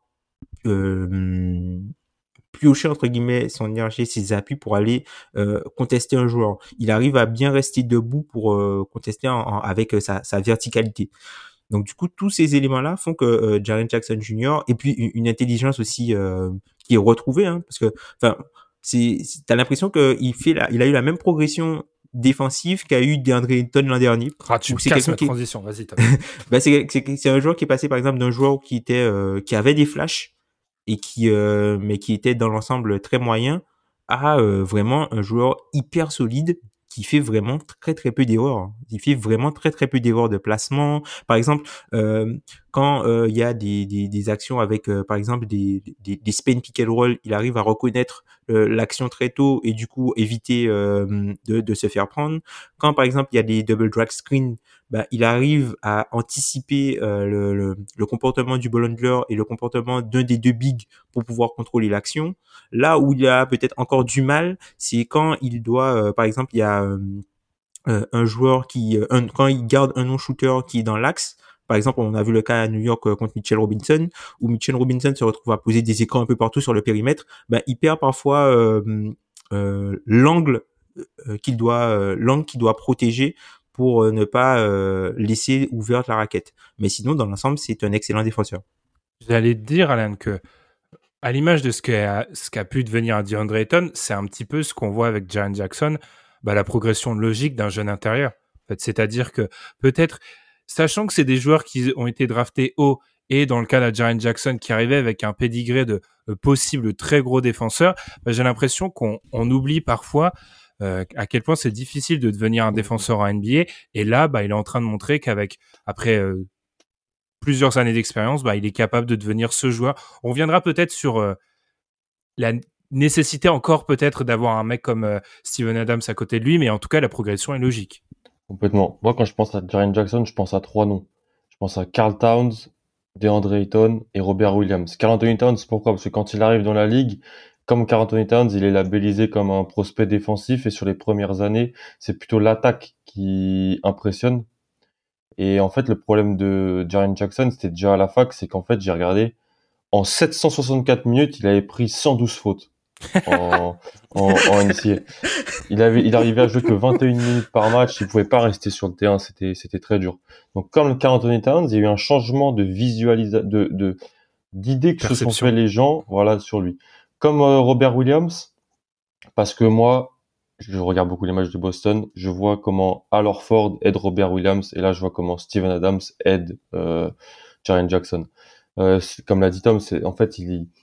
Speaker 4: piocher entre guillemets son énergie, ses appuis pour aller contester un joueur. Il arrive à bien rester debout pour contester avec sa verticalité. Donc du coup, tous ces éléments-là font que Jaren Jackson Jr. et puis une intelligence aussi qui est retrouvée, hein, parce que enfin t'as l'impression que il a eu la même progression défensive qu'a eu DeAndre Ayton l'an dernier.
Speaker 2: Tu casses ma transition, vas-y.
Speaker 4: C'est un joueur qui est passé par exemple d'un joueur qui avait des flashs et mais qui était dans l'ensemble très moyen à vraiment un joueur hyper solide qui fait vraiment très très peu d'erreurs. Il fait vraiment très très peu d'erreurs de placement. Par exemple, quand il y a des actions avec par exemple des spin pick and roll, il arrive à reconnaître l'action très tôt et du coup éviter de se faire prendre. Quand par exemple il y a des double drag screen, il arrive à anticiper le comportement du ball handler et le comportement d'un des deux bigs pour pouvoir contrôler l'action. Là où il a peut-être encore du mal, c'est quand il doit, par exemple, il y a un joueur quand il garde un non-shooter qui est dans l'axe. Par exemple, on a vu le cas à New York contre Mitchell Robinson, où Mitchell Robinson se retrouve à poser des écrans un peu partout sur le périmètre. Il perd parfois l'angle qu'il doit protéger pour ne pas laisser ouverte la raquette. Mais sinon, dans l'ensemble, c'est un excellent défenseur.
Speaker 2: J'allais te dire, Alan, que à l'image de ce qu'a pu devenir un DeAndre Ayton, c'est un petit peu ce qu'on voit avec Jaren Jackson, la progression logique d'un jeune intérieur. En fait, c'est-à-dire que peut-être, sachant que c'est des joueurs qui ont été draftés haut, et dans le cas de Jaren Jackson qui arrivait avec un pédigré de possible très gros défenseur, j'ai l'impression qu'on oublie parfois à quel point c'est difficile de devenir un défenseur en NBA. Et là, bah, il est en train de montrer après plusieurs années d'expérience, bah, il est capable de devenir ce joueur. On reviendra peut-être sur la nécessité encore peut-être d'avoir un mec comme Steven Adams à côté de lui, mais en tout cas, la progression est logique.
Speaker 3: Complètement. Moi, quand je pense à Jaren Jackson, je pense à 3 noms. Je pense à Karl Towns, DeAndre Ayton et Robert Williams. Karl Anthony Towns, pourquoi? Parce que quand il arrive dans la ligue, comme Karl Anthony Towns, il est labellisé comme un prospect défensif et sur les premières années, c'est plutôt l'attaque qui impressionne. Et en fait, le problème de Jaren Jackson, c'était déjà à la fac, c'est qu'en fait, j'ai regardé, en 764 minutes, il avait pris 112 fautes en NCAA. Il arrivait à jouer que 21 minutes par match, il pouvait pas rester sur le terrain, c'était très dur. Donc, comme Karl Anthony Towns, il y a eu un changement de d'idée que se sont fait les gens, voilà, sur lui. Comme Robert Williams, parce que moi, je regarde beaucoup les matchs de Boston, je vois comment Al Horford aide Robert Williams, et là, je vois comment Steven Adams aide Jaren Jackson. Comme l'a dit Tom, en fait,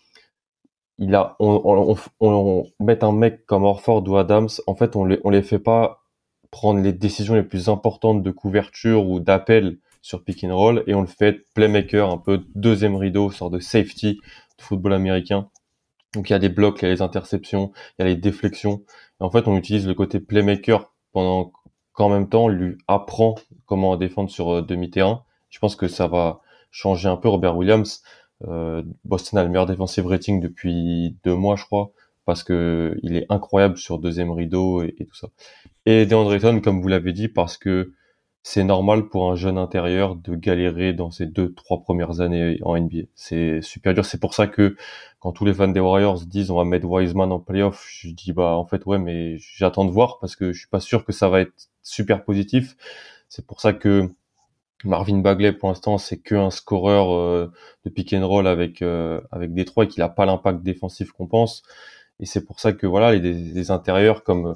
Speaker 3: on met un mec comme Horford ou Adams, en fait, on les fait pas prendre les décisions les plus importantes de couverture ou d'appel sur pick and roll, et on le fait playmaker, un peu deuxième rideau, sorte de safety de football américain. Donc il y a des blocs, il y a les interceptions, il y a les déflexions. Et en fait, on utilise le côté playmaker pendant qu'en même temps, on lui apprend comment défendre sur demi-terrain. Je pense que ça va changer un peu. Robert Williams, Boston a le meilleur defensive rating depuis 2 mois, je crois, parce que il est incroyable sur deuxième rideau et tout ça. Et DeAndre Ayton, comme vous l'avez dit, parce que c'est normal pour un jeune intérieur de galérer dans ses 2-3 premières années en NBA. C'est super dur. C'est pour ça que quand tous les fans des Warriors disent on va mettre Wiseman en playoff, je dis bah en fait ouais, mais j'attends de voir parce que je suis pas sûr que ça va être super positif. C'est pour ça que Marvin Bagley pour l'instant c'est que un scoreur de pick and roll avec Détroit et qu'il a pas l'impact défensif qu'on pense. Et c'est pour ça que voilà les intérieurs comme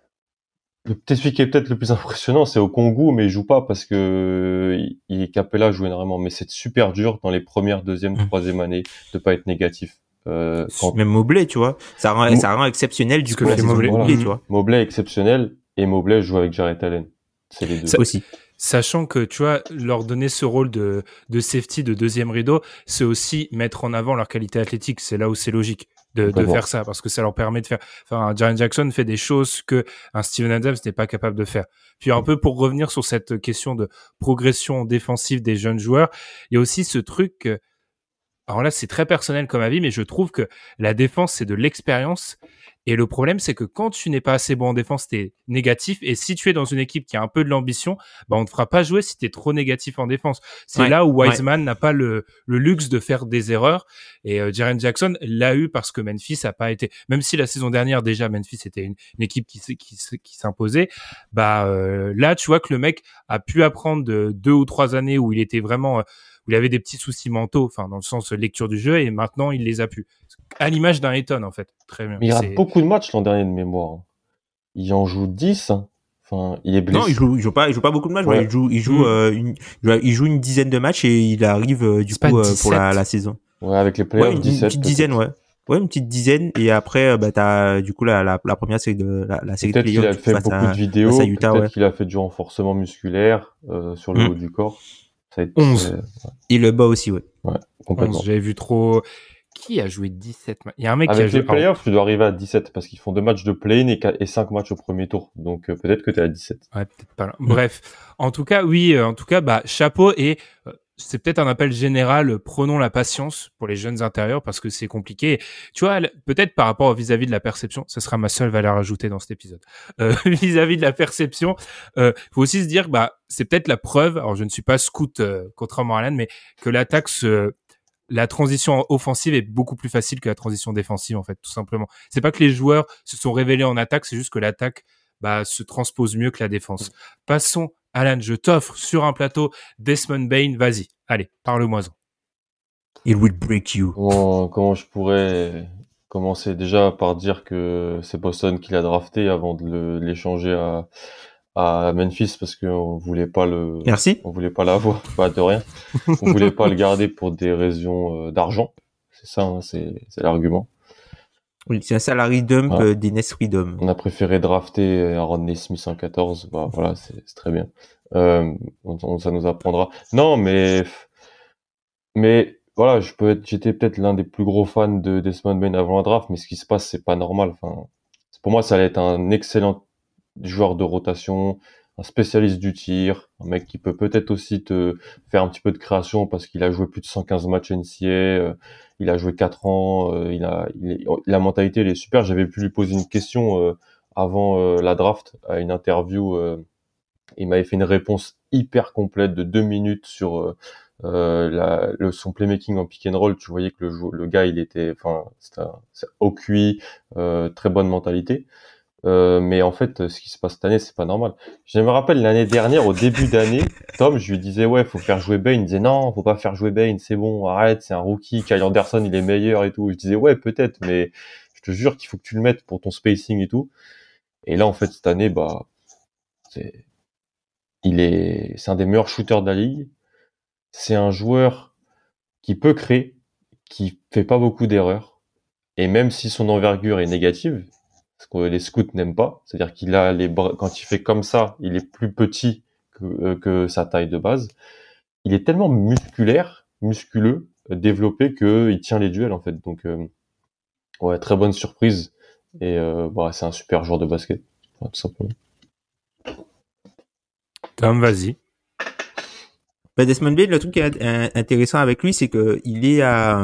Speaker 3: celui qui est peut-être le plus impressionnant, c'est Okongwu, mais il joue pas parce que Capella joue énormément. Mais c'est super dur dans les premières, deuxième, troisième années de pas être négatif.
Speaker 4: Même Mobley, tu vois, ça rend exceptionnel du coup la saison de Mobley, tu vois.
Speaker 3: Mobley est exceptionnel et Mobley joue avec Jarrett Allen. C'est les deux.
Speaker 4: Ça aussi.
Speaker 2: Sachant que, tu vois, leur donner ce rôle de safety, de deuxième rideau, c'est aussi mettre en avant leur qualité athlétique. C'est là où c'est logique de faire ça, parce que ça leur permet de faire... Enfin, Jaren Jackson fait des choses que un Steven Adams n'est pas capable de faire. Puis un peu pour revenir sur cette question de progression défensive des jeunes joueurs, il y a aussi ce truc... Alors là, c'est très personnel comme avis, mais je trouve que la défense, c'est de l'expérience. Et le problème, c'est que quand tu n'es pas assez bon en défense, t'es négatif. Et si tu es dans une équipe qui a un peu de l'ambition, bah, on te fera pas jouer si t'es trop négatif en défense. C'est là où Wiseman n'a pas le luxe de faire des erreurs. Et Jaren Jackson l'a eu parce que Memphis a pas été, même si la saison dernière, déjà, Memphis était une équipe qui s'imposait. Bah, là, tu vois que le mec a pu apprendre de 2 ou 3 années où il était vraiment, où il avait des petits soucis mentaux, enfin, dans le sens lecture du jeu, et maintenant, il les a pu. À l'image d'un Ayton, en fait. Très bien.
Speaker 3: Mais il rate beaucoup de matchs l'an dernier de mémoire. Il en joue 10. Enfin, il est blessé.
Speaker 4: Non, il joue pas beaucoup de matchs. Ouais. Il joue une dizaine de matchs et il arrive du coup pour la saison.
Speaker 3: Ouais, avec les playoffs, 17.
Speaker 4: Une petite dizaine, ouais. Ouais, une petite dizaine. Et après, bah, t'as du coup la première série de la série de playoffs.
Speaker 3: Peut-être qu'il a fait beaucoup de vidéos. Peut-être qu'il a fait du renforcement musculaire sur le haut du corps. Ça va être
Speaker 2: 11.
Speaker 4: Il le bat aussi, ouais.
Speaker 3: Ouais, complètement.
Speaker 2: 11, j'avais vu trop. Qui a joué 17 matchs? Il y a un mec
Speaker 3: avec
Speaker 2: qui a joué.
Speaker 3: Avec les playoffs, tu dois arriver à 17 parce qu'ils font 2 matchs de play-in et 5 matchs au premier tour. Donc peut-être que tu es à 17.
Speaker 2: Ouais, peut-être pas là. Bref, en tout cas, oui, bah chapeau et c'est peut-être un appel général, prenons la patience pour les jeunes intérieurs parce que c'est compliqué. Tu vois, peut-être par rapport vis-à-vis de la perception, ça sera ma seule valeur ajoutée dans cet épisode. Vis-à-vis de la perception, faut aussi se dire, bah, c'est peut-être la preuve, alors je ne suis pas scout contrairement à Alan, mais que la transition offensive est beaucoup plus facile que la transition défensive, en fait, tout simplement. C'est pas que les joueurs se sont révélés en attaque, c'est juste que l'attaque, bah, se transpose mieux que la défense. Passons, Alan, je t'offre sur un plateau Desmond Bane, vas-y, allez, parle-moi-en.
Speaker 4: It will break you.
Speaker 3: Comment je pourrais commencer déjà par dire que c'est Boston qui l'a drafté avant de l'échanger à Memphis parce qu'on voulait pas on voulait pas l'avoir, pas de rien. On voulait pas le garder pour des raisons d'argent. C'est ça, hein, c'est l'argument.
Speaker 4: Oui, c'est un salary dump
Speaker 3: Voilà.
Speaker 4: d'Enes Freedom.
Speaker 3: On a préféré drafter Rodney Smith en 14. Bah, voilà, c'est très bien. Ça nous apprendra. Non, mais voilà, j'étais peut-être l'un des plus gros fans de Desmond Bane avant la draft, mais ce qui se passe, c'est pas normal. Enfin, pour moi, ça allait être un excellent joueur de rotation, un spécialiste du tir, un mec qui peut peut-être aussi te faire un petit peu de création parce qu'il a joué plus de 115 matchs NCAA, il a joué 4 ans, la mentalité, elle est super. J'avais pu lui poser une question avant la draft à une interview. Il m'avait fait une réponse hyper complète de 2 minutes sur son playmaking en pick and roll. Tu voyais que le gars, il était, enfin, c'est au QI, très bonne mentalité. Mais en fait, ce qui se passe cette année, c'est pas normal. Je me rappelle l'année dernière, au début d'année, Tom, je lui disais, ouais, faut faire jouer Bane. Il disait, non, faut pas faire jouer Bane, c'est bon, arrête, c'est un rookie. Kyle Anderson, il est meilleur et tout. Je disais, ouais, peut-être, mais je te jure qu'il faut que tu le mettes pour ton spacing et tout. Et là, en fait, cette année, bah, c'est, c'est un des meilleurs shooters de la ligue. C'est un joueur qui peut créer, qui fait pas beaucoup d'erreurs. Et même si son envergure est négative, ce que les scouts n'aiment pas, c'est-à-dire qu'il a les bras, quand il fait comme ça, il est plus petit que sa taille de base. Il est tellement musculeux, développé que il tient les duels en fait. Donc ouais, très bonne surprise et bah, c'est un super joueur de basket, tout simplement.
Speaker 2: Tom, vas-y.
Speaker 4: Ben Desmond Bane, le truc qui est intéressant avec lui, c'est que il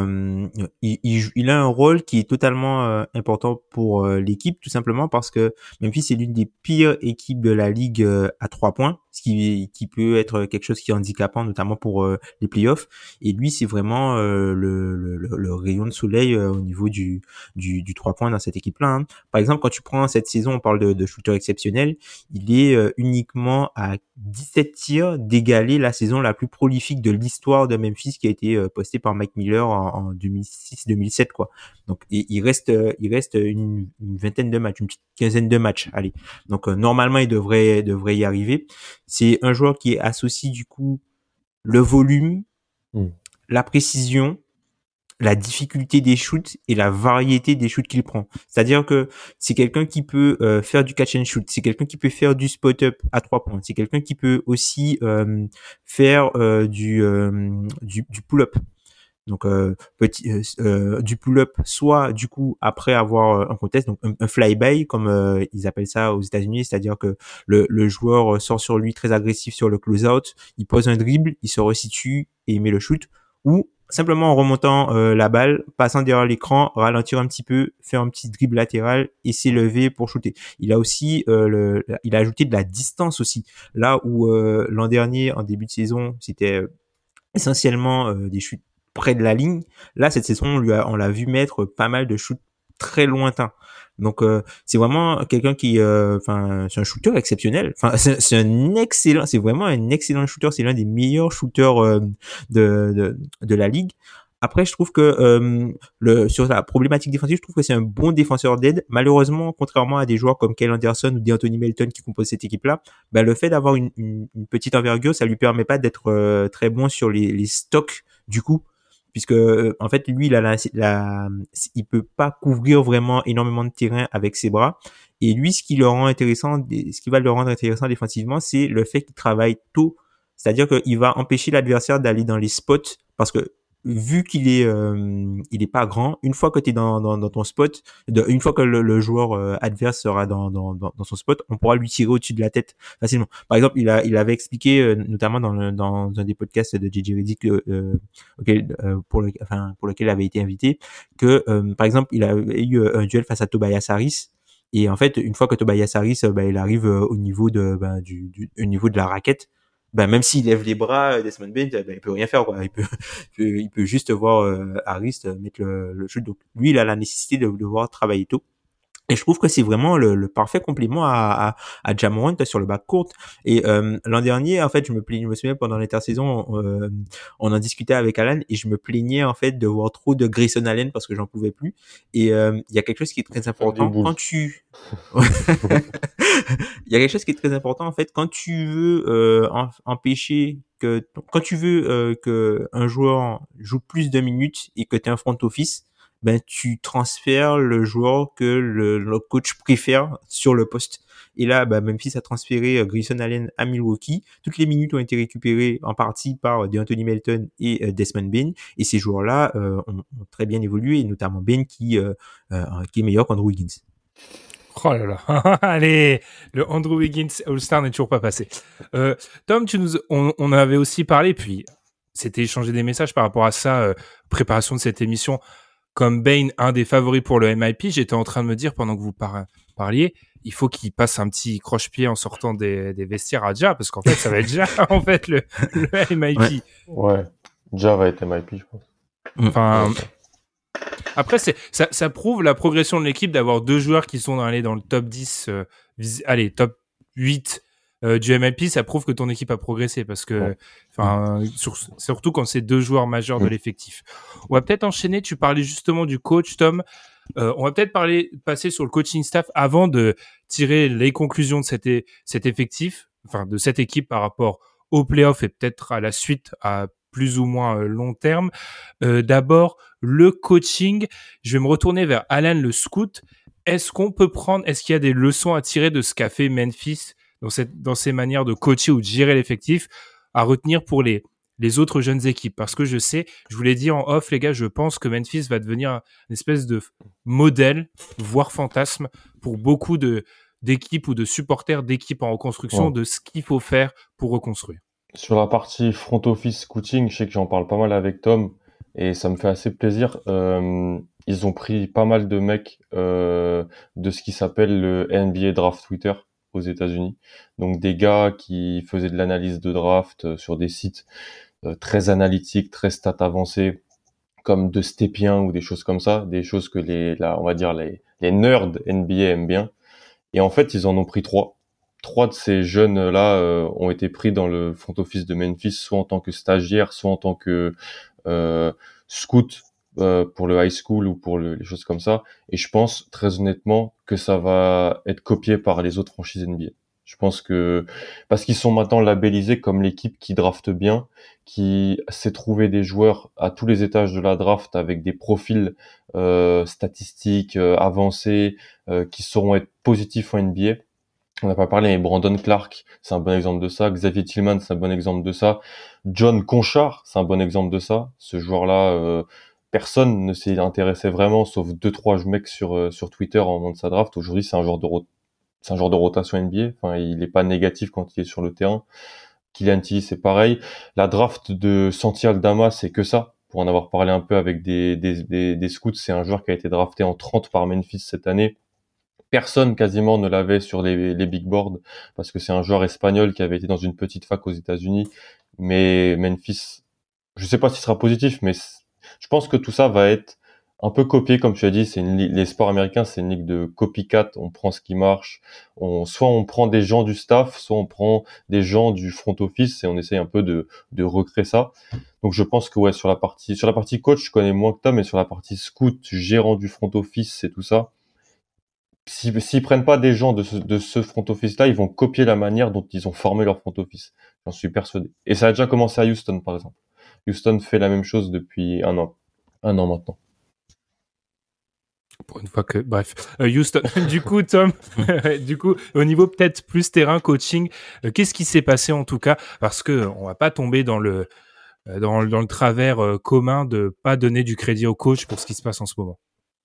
Speaker 4: a un rôle qui est totalement important pour l'équipe, tout simplement parce que Memphis est l'une des pires équipes de la ligue à 3 points, ce qui peut être quelque chose qui est handicapant, notamment pour les playoffs. Et lui, c'est vraiment le rayon de soleil au niveau du 3 points dans cette équipe-là. Hein. Par exemple, quand tu prends cette saison, on parle de shooter exceptionnel, il est uniquement à 17 tirs d'égaler la saison la plus prolifique de l'histoire de Memphis qui a été postée par Mike Miller en 2006-2007 quoi. Donc il reste une vingtaine de matchs, une petite quinzaine de matchs. Allez. Donc normalement il devrait y arriver. C'est un joueur qui associe du coup le volume, la précision, la difficulté des shoots et la variété des shoots qu'il prend. C'est-à-dire que c'est quelqu'un qui peut faire du catch and shoot, c'est quelqu'un qui peut faire du spot-up à 3 points, c'est quelqu'un qui peut aussi faire du pull-up. Donc du pull-up, soit du coup après avoir un contest, donc un fly-by comme ils appellent ça aux États-Unis, c'est-à-dire que le joueur sort sur lui très agressif sur le close-out, il pose un dribble, il se resitue et il met le shoot, ou simplement en remontant la balle, passant derrière l'écran, ralentir un petit peu, faire un petit dribble latéral et s'élever pour shooter. Il a aussi il a ajouté de la distance aussi, là où l'an dernier en début de saison c'était essentiellement des shoots près de la ligne. Là, cette saison, on l'a vu mettre pas mal de shoots très lointains. Donc, c'est vraiment quelqu'un qui, c'est un shooter exceptionnel. Enfin, c'est vraiment un excellent shooter. C'est l'un des meilleurs shooters de la ligue. Après, je trouve que sur la problématique défensive, je trouve que c'est un bon défenseur d'aide. Malheureusement, contrairement à des joueurs comme Kyle Anderson ou d'Anthony Melton qui composent cette équipe-là, ben, le fait d'avoir une petite envergure, ça lui permet pas d'être très bon sur les stocks du coup, puisque en fait lui, il peut pas couvrir vraiment énormément de terrain avec ses bras. Et lui, ce qui va le rendre intéressant défensivement, c'est le fait qu'il travaille tôt. C'est-à-dire qu'il va empêcher l'adversaire d'aller dans les spots parce que vu il est pas grand, une fois que tu es dans ton spot, une fois que le joueur adverse sera dans son spot, on pourra lui tirer au-dessus de la tête facilement. Par exemple, il avait expliqué notamment dans un des podcasts de JJ Redick pour lequel il avait été invité que par exemple, il a eu un duel face à Tobias Harris. Et en fait, une fois que Tobias Harris, il arrive au niveau au niveau de la raquette, même s'il lève les bras, Desmond Bane, il peut rien faire, quoi. Il peut juste voir Harris mettre le shoot. Donc lui, il a la nécessité de devoir travailler tôt. Et je trouve que c'est vraiment le parfait complément à Ja Morant sur le backcourt. Et l'an dernier, en fait, je me souviens pendant l'intersaison, on en discutait avec Alan et je me plaignais en fait de voir trop de Grayson Allen parce que j'en pouvais plus. Et il y a quelque chose qui est très important il y a quelque chose qui est très important en fait quand tu veux empêcher quand tu veux que un joueur joue plus de minutes et que tu es un front office, ben tu transfères le joueur que le coach préfère sur le poste. Et là, Memphis a transféré Grayson Allen à Milwaukee. Toutes les minutes ont été récupérées en partie par DeAnthony Melton et Desmond Bane. Et ces joueurs-là ont très bien évolué, notamment Bane qui est meilleur qu'Andrew Wiggins.
Speaker 2: Oh là là, allez, le Andrew Wiggins All-Star n'est toujours pas passé. Tom, on avait aussi parlé, puis c'était échanger des messages par rapport à ça, préparation de cette émission. Comme Bane, un des favoris pour le MIP, j'étais en train de me dire pendant que vous parliez, il faut qu'il passe un petit croche-pied en sortant des vestiaires à Ja, parce qu'en fait, ça va être Ja, en fait, le MIP.
Speaker 3: Ouais, Ja va être MIP, je pense.
Speaker 2: Enfin, après, ça prouve la progression de l'équipe d'avoir 2 joueurs qui sont allés dans le top 10, top 8 du MIP. Ça prouve que ton équipe a progressé parce que, surtout quand c'est 2 joueurs majeurs de l'effectif. On va peut-être enchaîner. Tu parlais justement du coach, Tom. On va peut-être passer sur le coaching staff avant de tirer les conclusions de cet effectif, enfin de cette équipe par rapport aux playoffs et peut-être à la suite à plus ou moins long terme. D'abord, le coaching. Je vais me retourner vers Alan le scout. Est-ce qu'il y a des leçons à tirer de ce qu'a fait Memphis dans ses manières de coacher ou de gérer l'effectif à retenir pour les autres jeunes équipes? Parce que je vous l'ai dit en off, les gars, je pense que Memphis va devenir une espèce de modèle, voire fantasme, pour beaucoup d'équipes ou de supporters d'équipes en reconstruction, de ce qu'il faut faire pour reconstruire.
Speaker 3: Sur la partie front office scouting, je sais que j'en parle pas mal avec Tom et ça me fait assez plaisir. Ils ont pris pas mal de mecs de ce qui s'appelle le NBA Draft Twitter aux États-Unis. Donc des gars qui faisaient de l'analyse de draft sur des sites très analytiques, très stats avancés, comme de Stepien ou des choses comme ça, des choses que on va dire les nerds NBA aiment bien. Et en fait, ils en ont pris 3. 3 de ces jeunes-là ont été pris dans le front office de Memphis, soit en tant que stagiaire, soit en tant que scout pour le high school ou pour les choses comme ça. Et je pense très honnêtement que ça va être copié par les autres franchises NBA. Je pense que parce qu'ils sont maintenant labellisés comme l'équipe qui drafte bien, qui sait trouver des joueurs à tous les étages de la draft avec des profils statistiques avancés qui sauront être positifs en NBA. On n'a pas parlé, mais Brandon Clark, c'est un bon exemple de ça. Xavier Tillman, c'est un bon exemple de ça. John Conchar, c'est un bon exemple de ça. Ce joueur-là, personne ne s'y intéressait vraiment, sauf 2-3 mecs sur Twitter au moment de sa draft. Aujourd'hui, c'est un genre de rotation NBA. Enfin, il est pas négatif quand il est sur le terrain. Kylian Tilly, c'est pareil. La draft de Santi Aldama, c'est que ça. Pour en avoir parlé un peu avec des scouts, c'est un joueur qui a été drafté en 30 par Memphis cette année. Personne quasiment ne l'avait sur les big boards parce que c'est un joueur espagnol qui avait été dans une petite fac aux États-Unis. Mais Memphis, je sais pas s'il sera positif, mais je pense que tout ça va être un peu copié, comme tu as dit. Les sports américains, c'est une ligue de copycat. On prend ce qui marche. Soit on prend des gens du staff, soit on prend des gens du front office et on essaye un peu de recréer ça. Donc je pense que sur la partie coach, je connais moins que toi, mais sur la partie scout, gérant du front office et tout ça. S'ils prennent pas des gens de ce front office-là, ils vont copier la manière dont ils ont formé leur front office. J'en suis persuadé. Et ça a déjà commencé à Houston, par exemple. Houston fait la même chose depuis un an maintenant.
Speaker 2: Pour une fois que, bref, Houston. Du coup, Tom, au niveau peut-être plus terrain coaching, qu'est-ce qui s'est passé en tout cas? Parce que on va pas tomber dans le travers commun de pas donner du crédit au coach pour ce qui se passe en ce moment.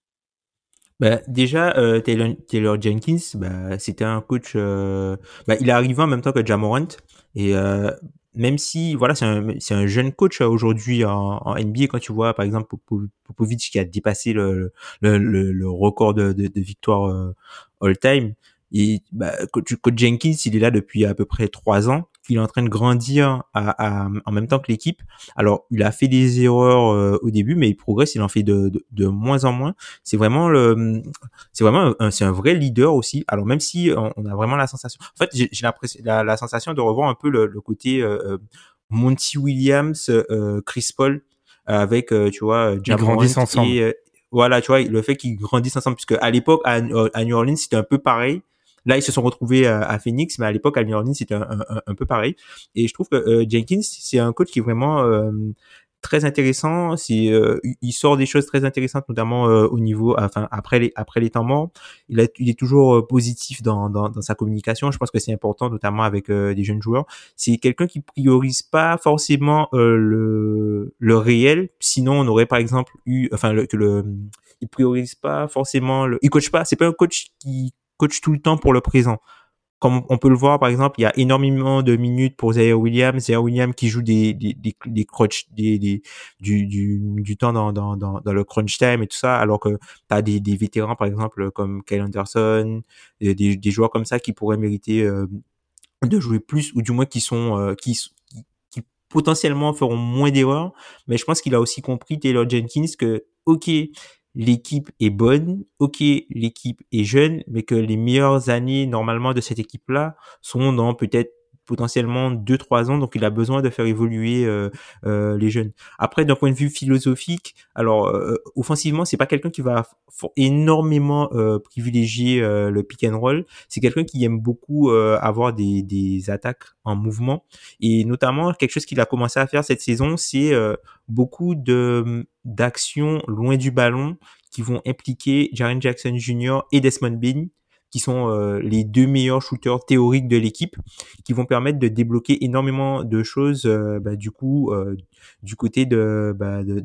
Speaker 4: Déjà, Taylor Jenkins, c'était un coach. Il est arrivé en même temps que Ja Morant et même si voilà, c'est un jeune coach aujourd'hui en NBA. Quand tu vois par exemple Popovic qui a dépassé le record de victoire all time, et coach Jenkins, il est là depuis à peu près 3 ans. Il est en train de grandir en même temps que l'équipe. Alors, il a fait des erreurs au début, mais il progresse. Il en fait de moins en moins. C'est vraiment c'est un vrai leader aussi. Alors, même si on a vraiment la sensation. En fait, j'ai l'impression, la sensation de revoir un peu le côté Monty Williams, Chris Paul avec tu vois,
Speaker 2: Ja Morant ensemble.
Speaker 4: Et voilà, tu vois, le fait qu'ils grandissent ensemble, puisque à l'époque à New Orleans, c'était un peu pareil. Là, ils se sont retrouvés à Phoenix, mais à l'époque, à New Orleans, c'était un peu pareil. Et je trouve que Jenkins, c'est un coach qui est vraiment très intéressant. Il sort des choses très intéressantes, notamment au niveau, enfin après les temps morts. Il est toujours positif dans sa communication. Je pense que c'est important, notamment avec des jeunes joueurs. C'est quelqu'un qui priorise pas forcément le réel. Sinon, on aurait par exemple il priorise pas forcément il coach pas. C'est pas un coach qui coach tout le temps pour le présent. Comme on peut le voir, par exemple, il y a énormément de minutes pour Zaire Williams qui joue des crunch, du temps dans le crunch time et tout ça, alors que t'as des vétérans, par exemple, comme Kyle Anderson, des joueurs comme ça qui pourraient mériter, de jouer plus, ou du moins qui potentiellement feront moins d'erreurs. Mais je pense qu'il a aussi compris, Taylor Jenkins, que, ok, l'équipe est bonne, ok, l'équipe est jeune, mais que les meilleures années, normalement, de cette équipe-là sont dans peut-être potentiellement 2-3 ans, donc il a besoin de faire évoluer les jeunes. Après, d'un point de vue philosophique, alors offensivement, c'est pas quelqu'un qui va énormément privilégier le pick and roll. C'est quelqu'un qui aime beaucoup avoir des attaques en mouvement, et notamment quelque chose qu'il a commencé à faire cette saison, c'est beaucoup d'actions loin du ballon qui vont impliquer Jaren Jackson Jr. et Desmond Bane, qui sont les deux meilleurs shooters théoriques de l'équipe, qui vont permettre de débloquer énormément de choses du côté de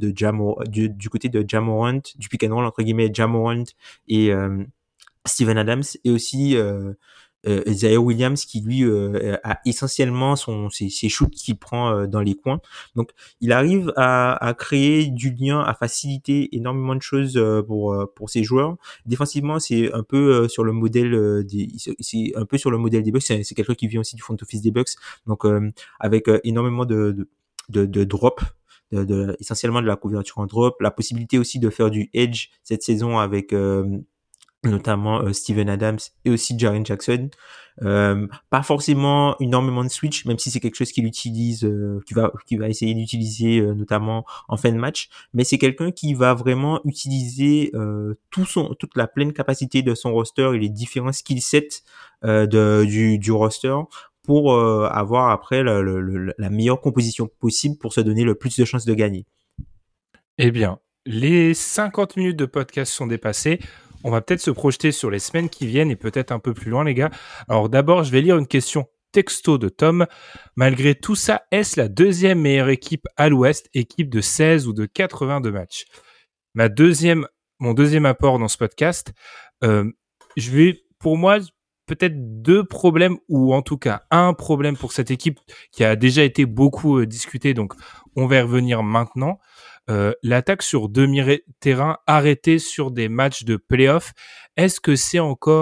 Speaker 4: du côté de Ja Morant, du pick and roll entre guillemets, Ja Morant et Steven Adams, et aussi Zaire Williams, qui lui a essentiellement ses shoots qu'il prend dans les coins. Donc il arrive à créer du lien, à faciliter énormément de choses pour ses joueurs. Défensivement, c'est un peu sur le modèle c'est un peu sur le modèle des Bucks. C'est quelqu'un qui vient aussi du front office des Bucks, donc avec énormément de drop, essentiellement de la couverture en drop, la possibilité aussi de faire du edge cette saison avec notamment Steven Adams et aussi Jaren Jackson. Pas forcément énormément de switch, même si c'est quelque chose qu'il utilise, qui va essayer d'utiliser notamment en fin de match, mais c'est quelqu'un qui va vraiment utiliser toute la pleine capacité de son roster et les différents skill sets du roster pour avoir après la meilleure composition possible pour se donner le plus de chances de gagner.
Speaker 2: Eh bien, les 50 minutes de podcast sont dépassées. On va peut-être se projeter sur les semaines qui viennent et peut-être un peu plus loin, les gars. Alors d'abord, je vais lire une question texto de Tom. Malgré tout ça, est-ce la deuxième meilleure équipe à l'Ouest, équipe de 16 ou de 82 matchs? Mon deuxième apport dans ce podcast, pour moi, peut-être deux problèmes, ou en tout cas un problème pour cette équipe qui a déjà été beaucoup discutée, donc on va y revenir maintenant. L'attaque sur demi-terrain arrêtée sur des matchs de play-off, est-ce que c'est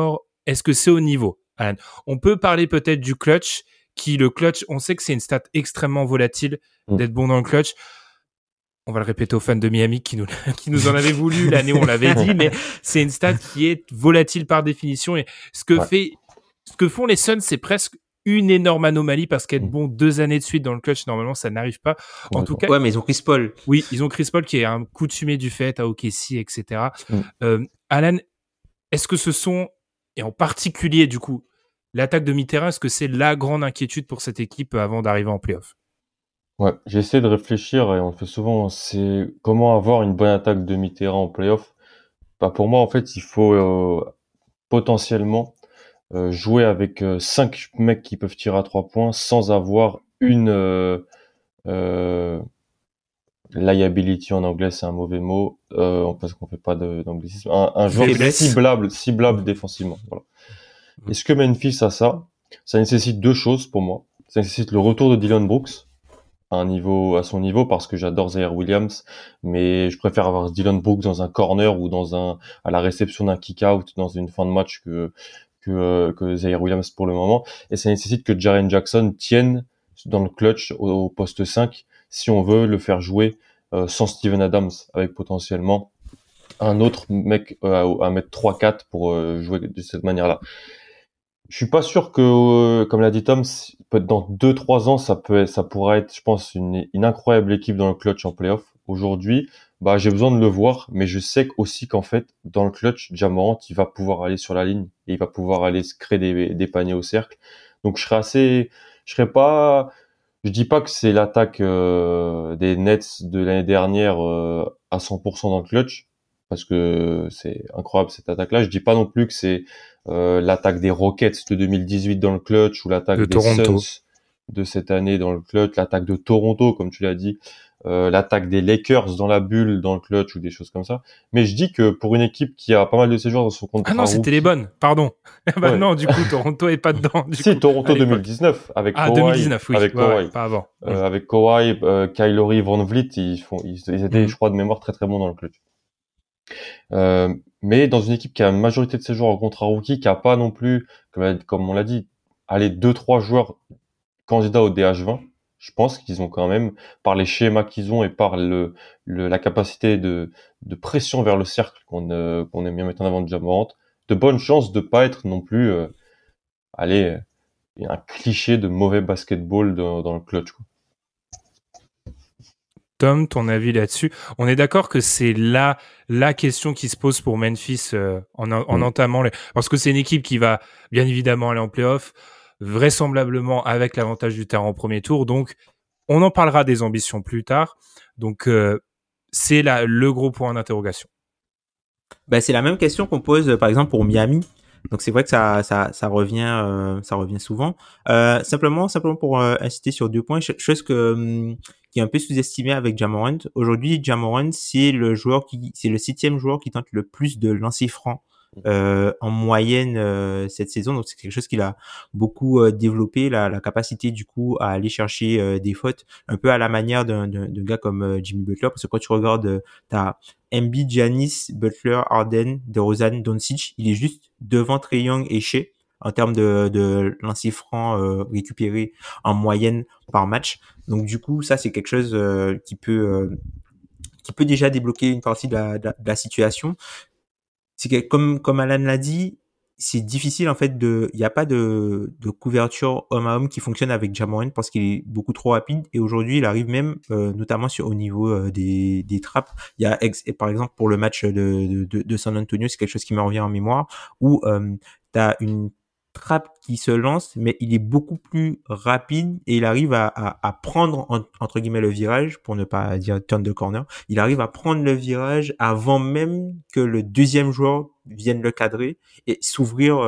Speaker 2: au niveau, Alan? On peut parler peut-être du clutch, le clutch, on sait que c'est une stat extrêmement volatile d'être bon dans le clutch. On va le répéter aux fans de Miami qui nous en avaient voulu l'année où on l'avait dit, mais c'est une stat qui est volatile par définition, et ce que font les Suns, c'est presque une énorme anomalie, parce qu'être bon 2 années de suite dans le clutch, normalement, ça n'arrive pas. En tout cas.
Speaker 4: Ouais, mais ils ont Chris Paul.
Speaker 2: Oui, ils ont Chris Paul qui est un coutumier du fait à OKC, etc. Alan, est-ce que ce sont, et en particulier, du coup, l'attaque de mi-terrain, est-ce que c'est la grande inquiétude pour cette équipe avant d'arriver en play-off?
Speaker 3: Ouais, j'essaie de réfléchir, et on le fait souvent, c'est comment avoir une bonne attaque de mi-terrain en play-off. Bah, pour moi, en fait, il faut potentiellement jouer avec 5 mecs qui peuvent tirer à 3 points sans avoir une liability, en anglais, c'est un mauvais mot, parce qu'on fait pas d'anglicisme, un joueur ciblable défensivement. Voilà. Est-ce que Memphis a ça? Ça nécessite 2 choses pour moi. Ça nécessite le retour de Dillon Brooks à son niveau, parce que j'adore Zaire Williams, mais je préfère avoir Dillon Brooks dans un corner ou à la réception d'un kick-out dans une fin de match que Zaire Williams pour le moment. Et ça nécessite que Jaren Jackson tienne dans le clutch au poste 5 si on veut le faire jouer sans Steven Adams, avec potentiellement un autre mec à mettre 3-4 pour jouer de cette manière-là. Je suis pas sûr que, comme l'a dit Tom, peut-être dans 2-3 ans, ça pourra être, je pense, une incroyable équipe dans le clutch en playoff. Aujourd'hui, j'ai besoin de le voir, mais je sais aussi qu'en fait, dans le clutch, Ja Morant, il va pouvoir aller sur la ligne et il va pouvoir aller se créer des paniers au cercle. Donc, je serais pas Je dis pas que c'est l'attaque des Nets de l'année dernière à 100% dans le clutch, parce que c'est incroyable cette attaque-là. Je dis pas non plus que c'est l'attaque des Rockets de 2018 dans le clutch ou l'attaque
Speaker 2: De
Speaker 3: des
Speaker 2: Toronto.
Speaker 3: Suns de cette année dans le clutch, l'attaque de Toronto, comme tu l'as dit, l'attaque des Lakers dans la bulle dans le clutch ou des choses comme ça. Mais je dis que pour une équipe qui a pas mal de ses joueurs dans son contrat
Speaker 2: Ah non, c'était les
Speaker 3: rookie,
Speaker 2: bonnes, pardon. Bah
Speaker 3: ouais.
Speaker 2: non, du coup, Toronto est pas dedans. Du
Speaker 3: Si,
Speaker 2: coup,
Speaker 3: Toronto
Speaker 2: à l'époque.
Speaker 3: 2019 avec
Speaker 2: Ah,
Speaker 3: Kawhi,
Speaker 2: 2019, oui.
Speaker 3: avec
Speaker 2: Ouais,
Speaker 3: Kawhi.
Speaker 2: pas avant.
Speaker 3: Avec Kawhi, Kyle Lowry, Van Vliet, ils étaient,
Speaker 2: Mhm.
Speaker 3: je crois, de mémoire très très bons dans le clutch. Mais dans une équipe qui a une majorité de ses joueurs en contrat rookie, qui a pas non plus, comme on l'a dit, allez, 2-3 joueurs candidats au DH20, je pense qu'ils ont quand même, par les schémas qu'ils ont et par la capacité de pression vers le cercle qu'on aime bien mettre en avant de Ja Morant, de bonnes chances de pas être non plus, allez, un cliché de mauvais basketball dans le clutch, quoi.
Speaker 2: Tom, ton avis là-dessus? On est d'accord que c'est la question qui se pose pour Memphis en entamant parce que c'est une équipe qui va bien évidemment aller en play-off, vraisemblablement avec l'avantage du terrain en premier tour. Donc, on en parlera des ambitions plus tard. Donc, c'est le gros point d'interrogation.
Speaker 4: Ben, c'est la même question qu'on pose, par exemple, pour Miami. Donc, c'est vrai que ça revient souvent. Simplement pour insister sur 2 points, chose qui est un peu sous-estimée avec Ja Morant. Aujourd'hui, Ja Morant, c'est le 7e joueur qui tente le plus de lancers francs en moyenne cette saison. Donc, c'est quelque chose qu'il a beaucoup développé, la capacité du coup à aller chercher des fautes, un peu à la manière d'un gars comme Jimmy Butler. Parce que quand tu regardes, t'as Embiid, Giannis, Butler, Harden, DeRozan, Doncic, il est juste devant Trae Young et Shea en termes de lancers francs récupérés en moyenne par match. Donc du coup, ça c'est quelque chose qui peut déjà débloquer une partie de la situation. C'est que comme Alan l'a dit, c'est difficile en fait il n'y a pas de couverture homme à homme qui fonctionne avec Ja Morant parce qu'il est beaucoup trop rapide et aujourd'hui il arrive même notamment au niveau des trappes. Il y a par exemple pour le match de San Antonio, c'est quelque chose qui me revient en mémoire où t'as une trappe qui se lance mais il est beaucoup plus rapide et il arrive à prendre entre guillemets le virage, pour ne pas dire turn the corner. Il arrive à prendre le virage avant même que le deuxième joueur vienne le cadrer et s'ouvrir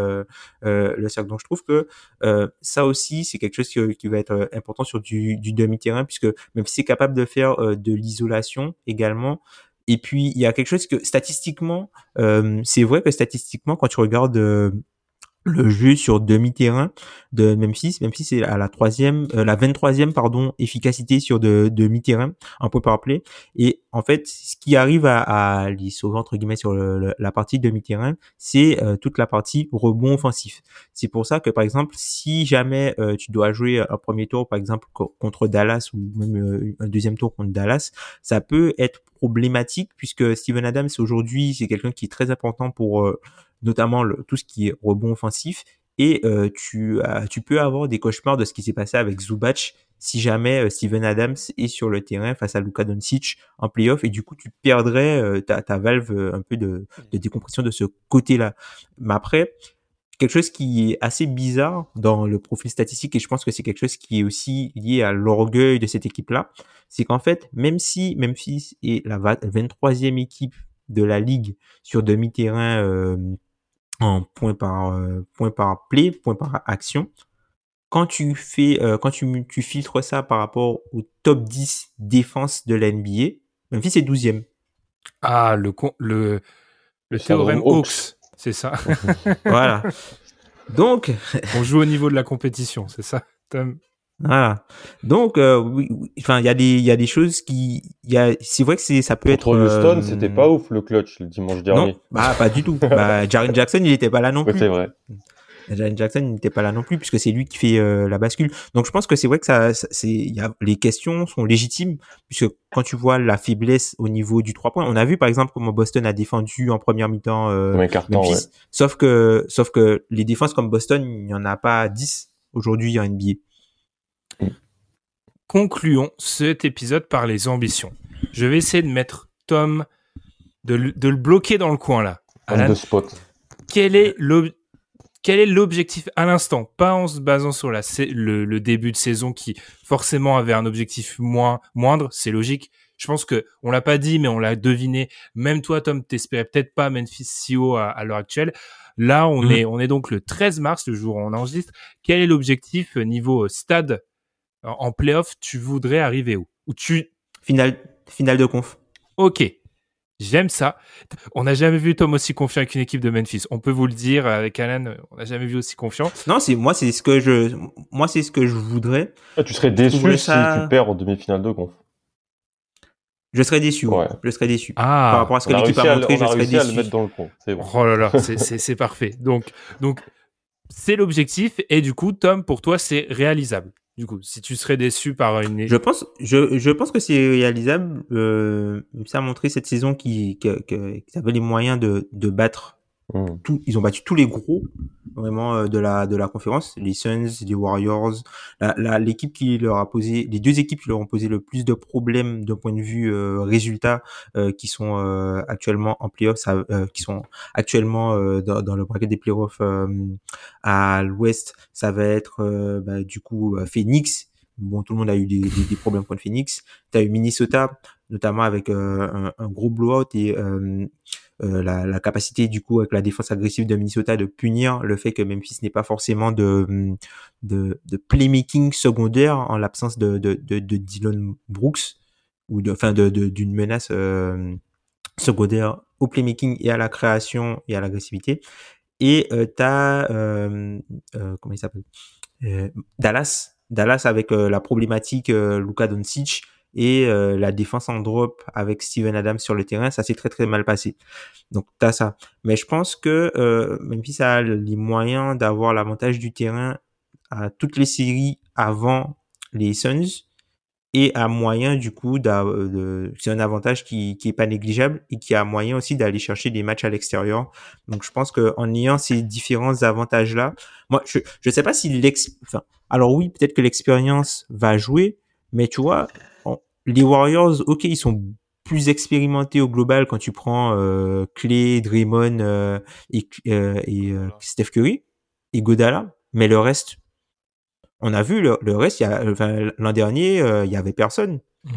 Speaker 4: le cercle. Donc je trouve que ça aussi c'est quelque chose qui va être important sur du demi-terrain, puisque même si c'est capable de faire de l'isolation également. Et puis il y a quelque chose que statistiquement, c'est vrai que statistiquement quand tu regardes le jeu sur demi-terrain de Memphis c'est à la 23e efficacité sur de demi-terrain en point par play. Et en fait, ce qui arrive à les sauver entre guillemets sur la partie demi-terrain, c'est toute la partie rebond offensif. C'est pour ça que par exemple, si jamais tu dois jouer un premier tour par exemple contre Dallas ou même un deuxième tour contre Dallas, ça peut être problématique puisque Steven Adams aujourd'hui, c'est quelqu'un qui est très important pour notamment tout ce qui est rebond offensif, et tu peux avoir des cauchemars de ce qui s'est passé avec Zubac si jamais Steven Adams est sur le terrain face à Luka Doncic en playoff, et du coup tu perdrais ta valve un peu de décompression de ce côté-là. Mais après, quelque chose qui est assez bizarre dans le profil statistique, et je pense que c'est quelque chose qui est aussi lié à l'orgueil de cette équipe-là, c'est qu'en fait, même si Memphis est la 23e équipe de la ligue sur demi-terrain en point par play, point par action, quand tu filtres ça par rapport au top 10 défense de la NBA, Memphis est 12e.
Speaker 2: Ah, le théorème Hawks, c'est ça.
Speaker 4: Voilà. Donc,
Speaker 2: on joue au niveau de la compétition, c'est ça, Tom?
Speaker 4: Voilà. Donc, oui, enfin, il y a des choses c'est vrai que ça peut
Speaker 3: Contre Houston, c'était pas ouf le clutch le dimanche dernier.
Speaker 4: Non, pas du tout. Jaren Jackson, il était pas là non plus.
Speaker 3: Oui, c'est vrai.
Speaker 4: Jaren Jackson n'était pas là non plus puisque c'est lui qui fait la bascule. Donc je pense que c'est vrai que les questions sont légitimes, puisque quand tu vois la faiblesse au niveau du 3 points, on a vu par exemple comment Boston a défendu en première mi-temps
Speaker 3: Memphis, ouais.
Speaker 4: sauf que les défenses comme Boston, il n'y en a pas 10 aujourd'hui en NBA.
Speaker 2: Concluons cet épisode par les ambitions. Je vais essayer de mettre Tom, de le bloquer dans le coin là.
Speaker 3: On the spot.
Speaker 2: Quel est quel est l'objectif à l'instant, pas en se basant sur le début de saison qui forcément avait un objectif moindre, c'est logique. Je pense que on l'a pas dit, mais on l'a deviné. Même toi, Tom, t'espérais peut-être pas Memphis CEO à l'heure actuelle. Là, on est donc le 13 mars, le jour où on enregistre. Quel est l'objectif niveau stade en playoff? Tu voudrais arriver où?
Speaker 4: Finale de conf.
Speaker 2: Ok. J'aime ça. On n'a jamais vu Tom aussi confiant avec une équipe de Memphis. On peut vous le dire avec Alan, on n'a jamais vu aussi confiant.
Speaker 4: Non, c'est ce que je voudrais.
Speaker 3: Tu serais déçu si tu perds en demi-finale de conf.
Speaker 4: Je serais déçu.
Speaker 3: Ouais.
Speaker 4: Je serais déçu.
Speaker 2: Ah,
Speaker 4: par rapport à ce que l'équipe a montré, je serais déçu.
Speaker 3: À le mettre dans le pont. C'est bon.
Speaker 2: Oh là là, c'est parfait. Donc c'est l'objectif et du coup, Tom, pour toi, c'est réalisable. Du coup, si tu serais déçu par une...
Speaker 4: Je pense que c'est réalisable. Ça a montré cette saison qu'ils avaient les moyens de battre ils ont battu tous les gros, vraiment, de la conférence. Les Suns, les Warriors, l'équipe qui leur a posé, les deux équipes qui leur ont posé le plus de problèmes d'un point de vue résultat, qui sont actuellement en playoffs, qui sont actuellement dans le bracket des playoffs à l'ouest, ça va être du coup Phoenix. Bon, tout le monde a eu des problèmes contre Phoenix. T'as eu Minnesota, notamment avec un gros blowout et la capacité du coup avec la défense agressive de Minnesota de punir le fait que Memphis n'ait pas forcément de playmaking secondaire en l'absence de Dillon Brooks ou d'une menace secondaire au playmaking et à la création et à l'agressivité. Et t'as comment il s'appelle, Dallas avec la problématique Luka Doncic et la défense en drop avec Steven Adams sur le terrain, ça s'est très très mal passé. Donc t'as ça. Mais je pense que Memphis a les moyens d'avoir l'avantage du terrain à toutes les séries avant les Suns et a moyen du coup c'est un avantage qui est pas négligeable et qui a moyen aussi d'aller chercher des matchs à l'extérieur. Donc je pense que en ayant ces différents avantages là, moi je sais pas si alors oui, peut-être que l'expérience va jouer, mais tu vois, les Warriors, ok, ils sont plus expérimentés au global quand tu prends Klay, Draymond et Steph Curry et Godala, mais le reste, on a vu le reste, l'an dernier, il y avait personne.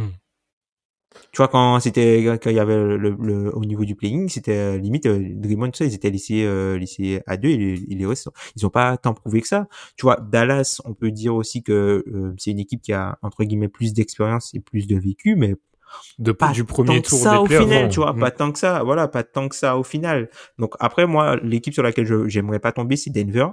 Speaker 4: Tu vois, quand il y avait au niveau du playing, c'était limite Draymond, tout ça, ils étaient laissés à deux et les restes, ils ont pas tant prouvé que ça. Tu vois, Dallas, on peut dire aussi que c'est une équipe qui a entre guillemets plus d'expérience et plus de vécu, mais
Speaker 2: pas du premier tour
Speaker 4: ça au final, tu vois,
Speaker 2: pas
Speaker 4: tant que ça au final. Donc après, moi, l'équipe sur laquelle j'aimerais pas tomber, c'est Denver.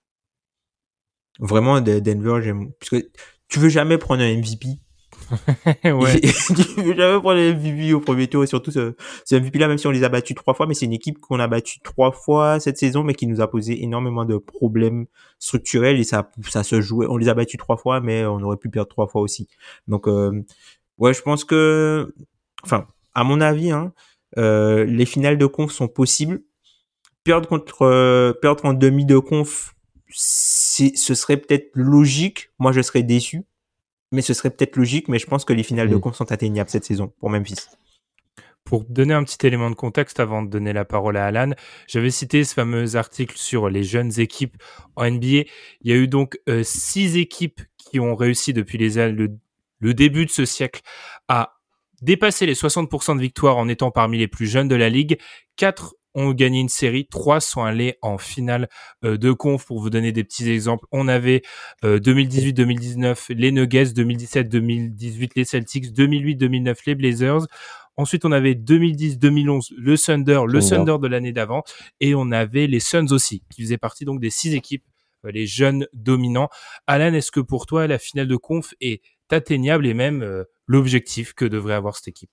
Speaker 4: Vraiment, Denver, parce que tu veux jamais prendre un MVP.
Speaker 2: Ouais.
Speaker 4: Tu veux jamais prendre un MVP au premier tour, et surtout ce MVP-là, même si on les a battus 3 fois, mais c'est une équipe qu'on a battue 3 fois cette saison, mais qui nous a posé énormément de problèmes structurels et ça se jouait. On les a battus 3 fois, mais on aurait pu perdre 3 fois aussi. Donc, ouais, je pense que, enfin, à mon avis, les finales de conf sont possibles. Perdre en demi de conf, ce serait peut-être logique. Moi, je serais déçu. Mais ce serait peut-être logique, mais je pense que les finales de conf sont atteignables cette saison pour Memphis.
Speaker 2: Pour donner un petit élément de contexte avant de donner la parole à Alan, j'avais cité ce fameux article sur les jeunes équipes en NBA. Il y a eu donc 6 équipes qui ont réussi depuis le début de ce siècle à dépasser les 60% de victoires en étant parmi les plus jeunes de la ligue. 4 ont gagné une série, 3 sont allés en finale de conf. Pour vous donner des petits exemples, on avait 2018-2019 les Nuggets, 2017-2018 les Celtics, 2008-2009 les Blazers. Ensuite, on avait 2010-2011 le Thunder de l'année d'avant, et on avait les Suns aussi, qui faisaient partie donc des 6 équipes, les jeunes dominants. Alan, est-ce que pour toi, la finale de conf est atteignable et même l'objectif que devrait avoir cette équipe?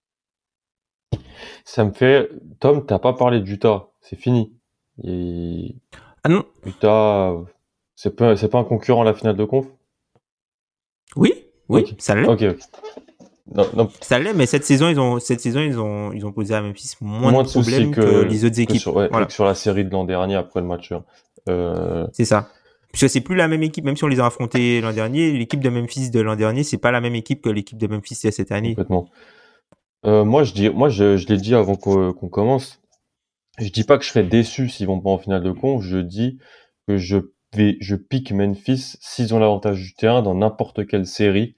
Speaker 3: Ça me fait... Tom, t'as pas parlé d'Utah. C'est fini.
Speaker 4: Ah non.
Speaker 3: Utah, c'est pas un concurrent à la finale de conf?
Speaker 4: Oui,
Speaker 3: okay.
Speaker 4: Ça l'est.
Speaker 3: Ok. Non.
Speaker 4: Ça l'est, mais cette saison, ils ont posé à Memphis moins de problèmes que les autres équipes.
Speaker 3: Que sur la série de l'an dernier après le match.
Speaker 4: C'est ça. Puisque c'est plus la même équipe, même si on les a affrontés l'an dernier, l'équipe de Memphis de l'an dernier, c'est pas la même équipe que l'équipe de Memphis de cette année.
Speaker 3: Complètement. Moi, je l'ai dit avant qu'on commence. Je dis pas que je serais déçu s'ils vont pas en finale de conf. Je dis que je pique Memphis s'ils ont l'avantage du terrain dans n'importe quelle série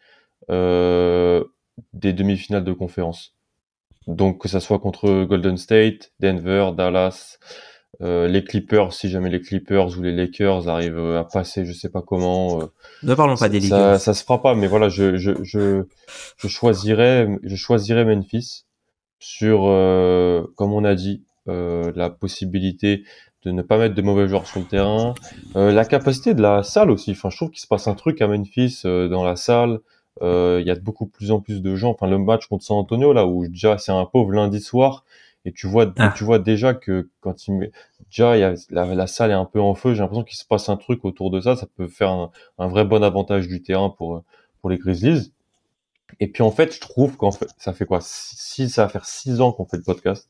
Speaker 3: des demi-finales de conférence. Donc que ça soit contre Golden State, Denver, Dallas, les Clippers, si jamais les Clippers ou les Lakers arrivent à passer, je sais pas comment.
Speaker 4: Ne parlons pas des Lakers.
Speaker 3: Ça se fera pas, mais voilà, je choisirais Memphis sur, comme on a dit, la possibilité de ne pas mettre de mauvais joueurs sur le terrain, la capacité de la salle aussi. Enfin, je trouve qu'il se passe un truc à Memphis dans la salle. Il y a de plus en plus de gens. Enfin, le match contre San Antonio là, où déjà c'est un pauvre lundi soir, et tu vois déjà que quand déjà il y a la salle est un peu en feu. J'ai l'impression qu'il se passe un truc autour de ça. Ça peut faire un vrai bon avantage du terrain pour les Grizzlies. Et puis en fait, je trouve qu'en fait, ça fait quoi, ça va faire 6 ans qu'on fait le podcast.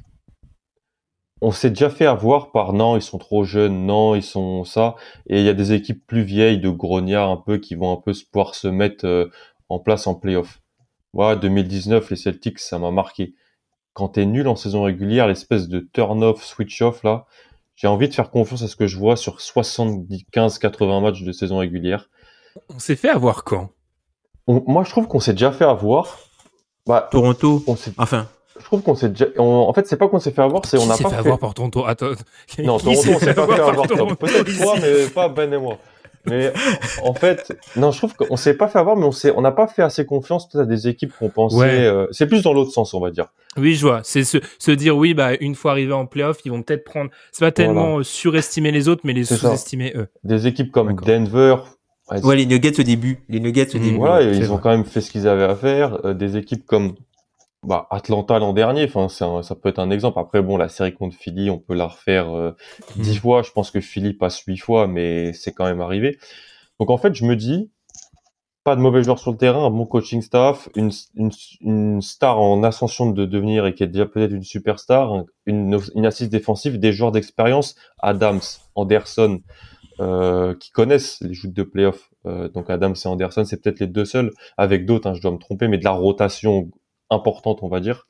Speaker 3: On s'est déjà fait avoir par non, ils sont trop jeunes, non, ils sont ça. Et il y a des équipes plus vieilles de grognards un peu qui vont un peu pouvoir se mettre en place en play-off. Moi, 2019, les Celtics, ça m'a marqué. Quand t'es nul en saison régulière, l'espèce de turn-off, switch-off là, j'ai envie de faire confiance à ce que je vois sur 75-80 matchs de saison régulière.
Speaker 2: On s'est fait avoir quand?
Speaker 3: Moi, je trouve qu'on s'est déjà fait avoir.
Speaker 4: Toronto.
Speaker 3: Je trouve qu'on s'est déjà. En fait, c'est pas qu'on s'est fait avoir, c'est on n'a pas fait.
Speaker 2: avoir par Toronto. Attends.
Speaker 3: Non, Toronto, on s'est pas fait avoir. Peut-être toi, mais pas Ben et moi. Mais en fait, non, je trouve qu'on s'est pas fait avoir, mais on n'a pas fait assez confiance à des équipes qu'on pensait. Ouais. C'est plus dans l'autre sens, on va dire.
Speaker 2: Oui, je vois. C'est se dire oui, une fois arrivés en playoff, ils vont peut-être prendre. C'est pas tellement surestimer les autres, mais les sous-estimer eux.
Speaker 3: Des équipes comme Denver.
Speaker 4: Ouais, les Nuggets au début.
Speaker 3: Voilà, ils ont quand même fait ce qu'ils avaient à faire. Des équipes comme Atlanta l'an dernier, enfin ça peut être un exemple. Après bon, la série contre Philly, on peut la refaire 10 fois. Je pense que Philly passe 8 fois, mais c'est quand même arrivé. Donc en fait, je me dis, pas de mauvais joueurs sur le terrain, un bon coaching staff, une star en ascension de devenir et qui est déjà peut-être une superstar, une assise défensive, des joueurs d'expérience, Adams, Anderson, qui connaissent les joutes de playoff. Donc Adams et Anderson, c'est peut-être les deux seuls, avec d'autres, je dois me tromper, mais de la rotation importante, on va dire.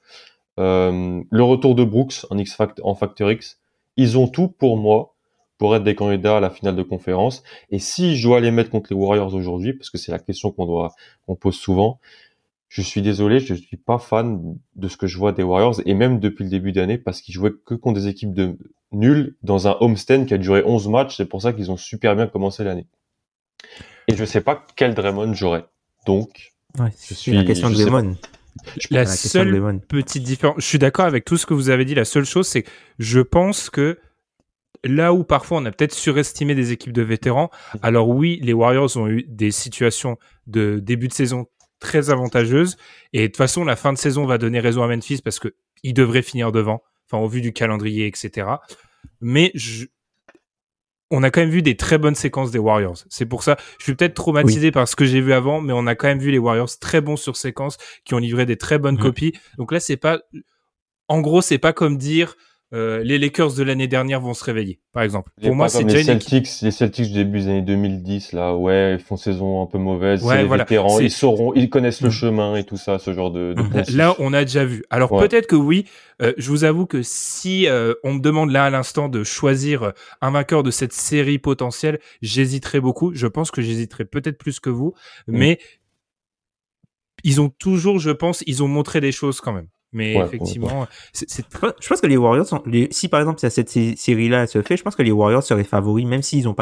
Speaker 3: Le retour de Brooks en Factor X, ils ont tout pour moi pour être des candidats à la finale de conférence. Et si je dois les mettre contre les Warriors aujourd'hui, parce que c'est la question qu'on pose souvent, je suis désolé, je suis pas fan de ce que je vois des Warriors, et même depuis le début d'année, parce qu'ils jouaient que contre des équipes de nulles dans un homestand qui a duré 11 matchs. C'est pour ça qu'ils ont super bien commencé l'année. Et je sais pas quel Draymond j'aurais. Donc,
Speaker 4: la question de Draymond.
Speaker 2: La seule petite différence, je suis d'accord avec tout ce que vous avez dit, la seule chose, c'est que je pense que là où parfois on a peut-être surestimé des équipes de vétérans, alors oui, les Warriors ont eu des situations de début de saison très avantageuses, et de toute façon, la fin de saison va donner raison à Memphis parce qu'ils devraient finir devant, enfin au vu du calendrier, etc. Mais on a quand même vu des très bonnes séquences des Warriors. C'est pour ça, je suis peut-être traumatisé par ce que j'ai vu avant, mais on a quand même vu les Warriors très bons sur séquence, qui ont livré des très bonnes copies. Donc là, c'est pas comme dire les Lakers de l'année dernière vont se réveiller, par exemple. Pour moi, c'est déjà
Speaker 3: les Celtics du début des années 2010, là, ils font saison un peu mauvaise, c'est les vétérans, ils connaissent le chemin et tout ça, ce genre de
Speaker 2: là, on a déjà vu. Alors peut-être que oui, je vous avoue que si on me demande là à l'instant de choisir un vainqueur de cette série potentielle, j'hésiterais beaucoup. Je pense que j'hésiterais peut-être plus que vous, mais ils ont toujours, je pense, ils ont montré des choses quand même. Mais effectivement,
Speaker 4: je pense que les Warriors si par exemple cette série-là se fait, je pense que les Warriors seraient favoris, même s'ils n'ont pas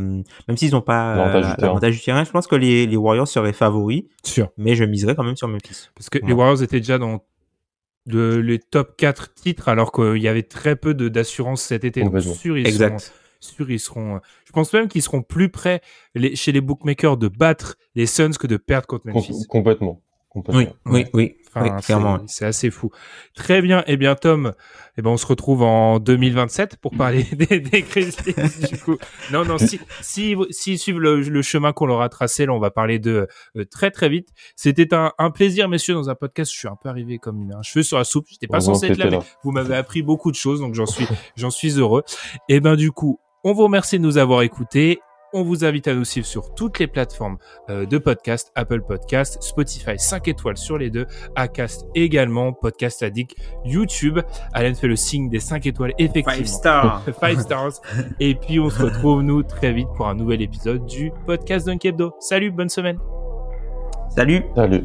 Speaker 4: l'avantage du terrain. Je pense que les Warriors seraient favoris.
Speaker 2: Sûr.
Speaker 4: Mais je miserais quand même sur Memphis.
Speaker 2: Parce que les Warriors étaient déjà dans les top 4 titres, alors qu'il y avait très peu d'assurance cet été. Donc sûr, ils seront. Je pense même qu'ils seront plus près chez les bookmakers de battre les Suns que de perdre contre Memphis.
Speaker 3: Complètement.
Speaker 4: Oui, clairement.
Speaker 2: C'est assez fou. Très bien. Eh bien, Tom, on se retrouve en 2027 pour parler des Grizzlies, du coup. Non, s'ils suivent le chemin qu'on leur a tracé, là, on va parler de très, très vite. C'était un plaisir, messieurs, dans un podcast. Je suis un peu arrivé comme un cheveu sur la soupe. J'étais pas censé être là, mais vous m'avez appris beaucoup de choses, donc j'en suis heureux. Et du coup, on vous remercie de nous avoir écoutés. On vous invite à nous suivre sur toutes les plateformes de podcast, Apple Podcast, Spotify, 5 étoiles sur les deux, Acast également, Podcast Addict, YouTube. Alain fait le signe des 5 étoiles, effectivement.
Speaker 5: 5 stars.
Speaker 2: 5 stars. Et puis on se retrouve, nous, très vite pour un nouvel épisode du podcast Dunk Hebdo. Salut, bonne semaine.
Speaker 4: Salut.
Speaker 3: Salut.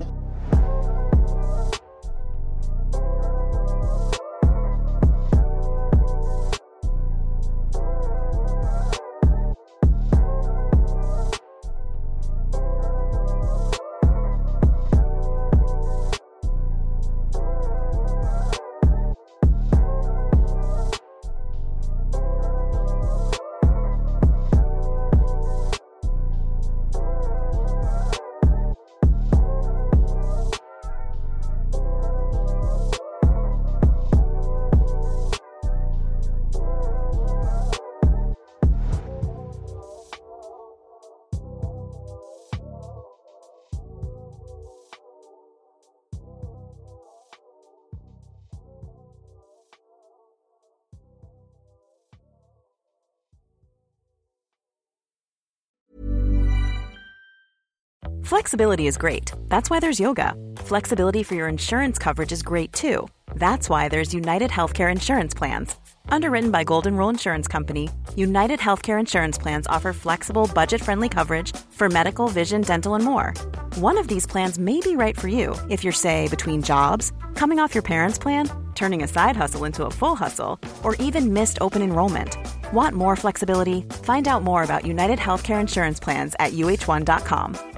Speaker 6: Flexibility is great. That's why there's yoga. Flexibility for your insurance coverage is great too. That's why there's United Healthcare Insurance Plans. Underwritten by Golden Rule Insurance Company, United Healthcare Insurance Plans offer flexible, budget-friendly coverage for medical, vision, dental, and more. One of these plans may be right for you if you're, say, between jobs, coming off your parents' plan, turning a side hustle into a full hustle, or even missed open enrollment. Want more flexibility? Find out more about United Healthcare Insurance Plans at uh1.com.